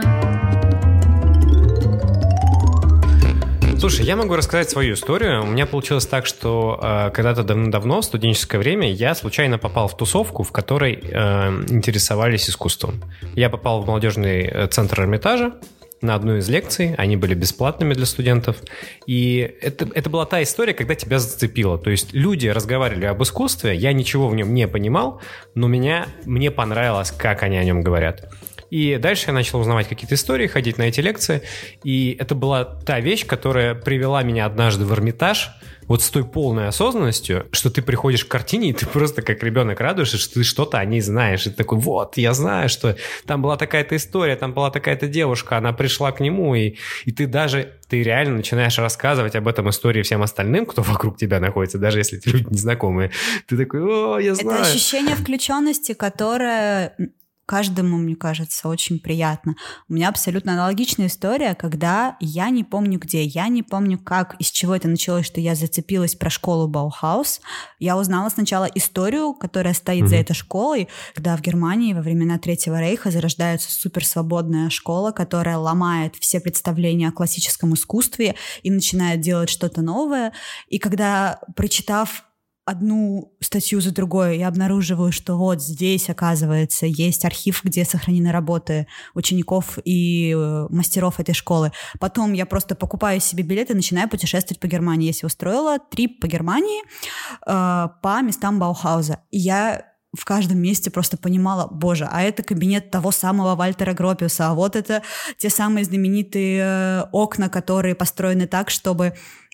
Слушай, я могу рассказать свою историю. У меня получилось так, что когда-то давно, в студенческое время, я случайно попал в тусовку, в которой интересовались искусством. Я попал в молодежный центр Эрмитажа на одну из лекций, они были бесплатными для студентов, и это была та история, когда тебя зацепило, то есть люди разговаривали об искусстве, я ничего в нем не понимал, но мне понравилось, как они о нем говорят. И дальше я начал узнавать какие-то истории, ходить на эти лекции, и это была та вещь, которая привела меня однажды в Эрмитаж, вот с той полной осознанностью, что ты приходишь к картине, и ты просто как ребенок радуешься, что ты что-то о ней знаешь. И ты такой: вот, я знаю, что там была такая-то история, там была такая-то девушка, она пришла к нему, и ты реально начинаешь рассказывать об этом истории всем остальным, кто вокруг тебя находится, даже если эти люди незнакомые. Ты такой: о, я знаю. Это ощущение включенности, которое... каждому, мне кажется, очень приятно. У меня абсолютно аналогичная история, когда я не помню где, я не помню как, из чего это началось, что я зацепилась про школу Баухаус. Я узнала сначала историю, которая стоит за этой школой, когда в Германии во времена Третьего рейха зарождается суперсвободная школа, которая ломает все представления о классическом искусстве и начинает делать что-то новое. И когда, прочитав одну статью за другой, я обнаруживаю, что вот здесь, оказывается, есть архив, где сохранены работы учеников и мастеров этой школы. Потом я просто покупаю себе билеты и начинаю путешествовать по Германии. Я себе устроила трип по Германии по местам Баухауза. И я в каждом месте просто понимала: боже, а это кабинет того самого Вальтера Гропиуса, а вот это те самые знаменитые окна, которые построены так, чтобы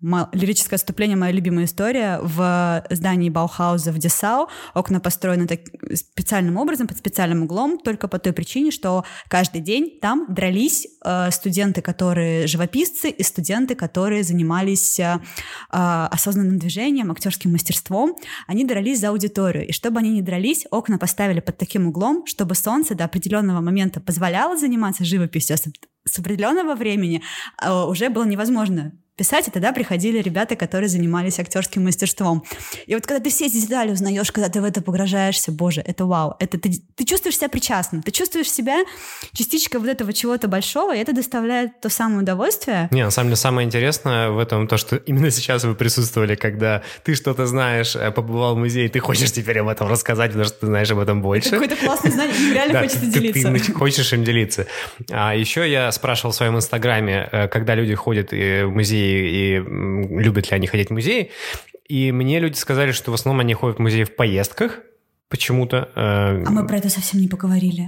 лирическое отступление, моя любимая история. В здании Баухауза в Десау окна построены специальным образом, под специальным углом, только по той причине, что каждый день там дрались студенты, которые живописцы, и студенты, которые занимались осознанным движением, актерским мастерством. Они дрались за аудиторию. И чтобы они не дрались, окна поставили под таким углом, чтобы солнце до определенного момента позволяло заниматься живописью, а с определенного времени уже было невозможно писать, и тогда приходили ребята, которые занимались актерским мастерством. И вот когда ты все эти детали узнаешь, когда ты в это погружаешься, боже, это вау. Это ты чувствуешь себя причастным, ты чувствуешь себя частичкой вот этого чего-то большого, и это доставляет то самое удовольствие. Не, на самом деле, самое интересное в этом то, что именно сейчас вы присутствовали, когда ты что-то знаешь, побывал в музее, ты хочешь теперь об этом рассказать, потому что ты знаешь об этом больше. Это какое-то классное знание, им реально хочется делиться. Ты хочешь им делиться. А еще я спрашивал в своем инстаграме, когда люди ходят в музей и любят ли они ходить в музей. И мне люди сказали, что в основном они ходят в музей в поездках почему-то. А мы про это совсем не поговорили.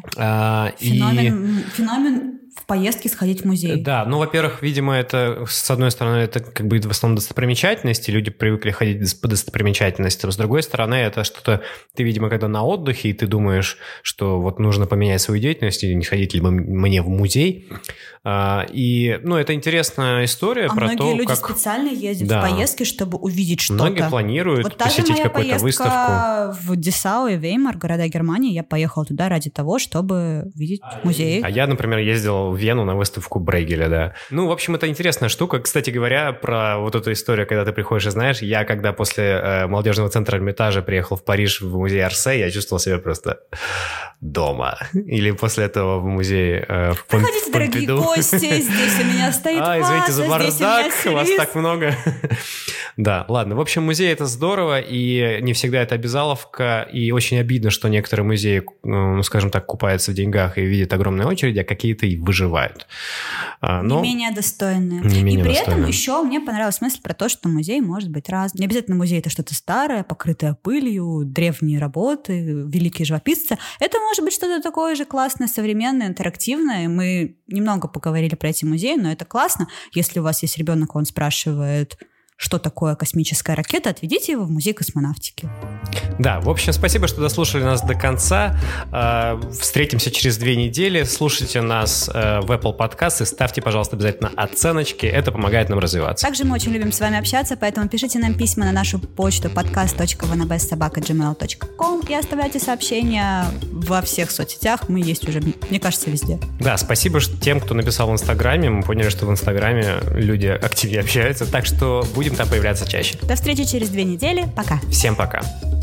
Феномен в поездке сходить в музей. Да, ну, во-первых, видимо, это, с одной стороны, это как бы в основном достопримечательности, люди привыкли ходить по достопримечательностям, с другой стороны, это что-то, ты, видимо, когда на отдыхе, и ты думаешь, что вот нужно поменять свою деятельность, и не ходить ли мне в музей. И, ну, это интересная история про то, как... многие люди специально ездят в поездки, чтобы увидеть что-то. Многие планируют посетить какую-то выставку. Вот та же моя поездка в Десау и Веймар, города Германии, я поехала туда ради того, чтобы видеть музей. А я, например, ездил в Вену на выставку Брейгеля, да. Ну, в общем, это интересная штука. Кстати говоря, про вот эту историю, когда ты приходишь и знаешь, я когда после молодежного центра Эрмитажа приехал в Париж в музей Орсе, я чувствовал себя просто дома. Или после этого в музей в Помпиду. Проходите, дорогие гости, здесь у меня стоит ваза, извините за бардак, вас так много. Да, ладно. В общем, музей — это здорово, и не всегда это обязаловка, и очень обидно, что некоторые музеи, ну, скажем так, купаются в деньгах и видят огромные очереди, а какие-то и выживают. Но не менее достойные. И при этом еще мне понравилась мысль про то, что музей может быть разным. Не обязательно музей — это что-то старое, покрытое пылью, древние работы, великие живописцы. Это может быть что-то такое же классное, современное, интерактивное. Мы немного поговорили про эти музеи, но это классно. Если у вас есть ребенок, он спрашивает, что такое космическая ракета, отведите его в музей космонавтики. Да, в общем, спасибо, что дослушали нас до конца. Встретимся через 2 недели. Слушайте нас в Apple Podcast и ставьте, пожалуйста, обязательно оценочки. Это помогает нам развиваться. Также мы очень любим с вами общаться, поэтому пишите нам письма на нашу почту podcast.vanabes@gmail.com и оставляйте сообщения во всех соцсетях. Мы есть уже, мне кажется, везде. Да, спасибо тем, кто написал в Инстаграме. Мы поняли, что в Инстаграме люди активнее общаются, так что будем там появляться чаще. До встречи через 2 недели. Пока. Всем пока.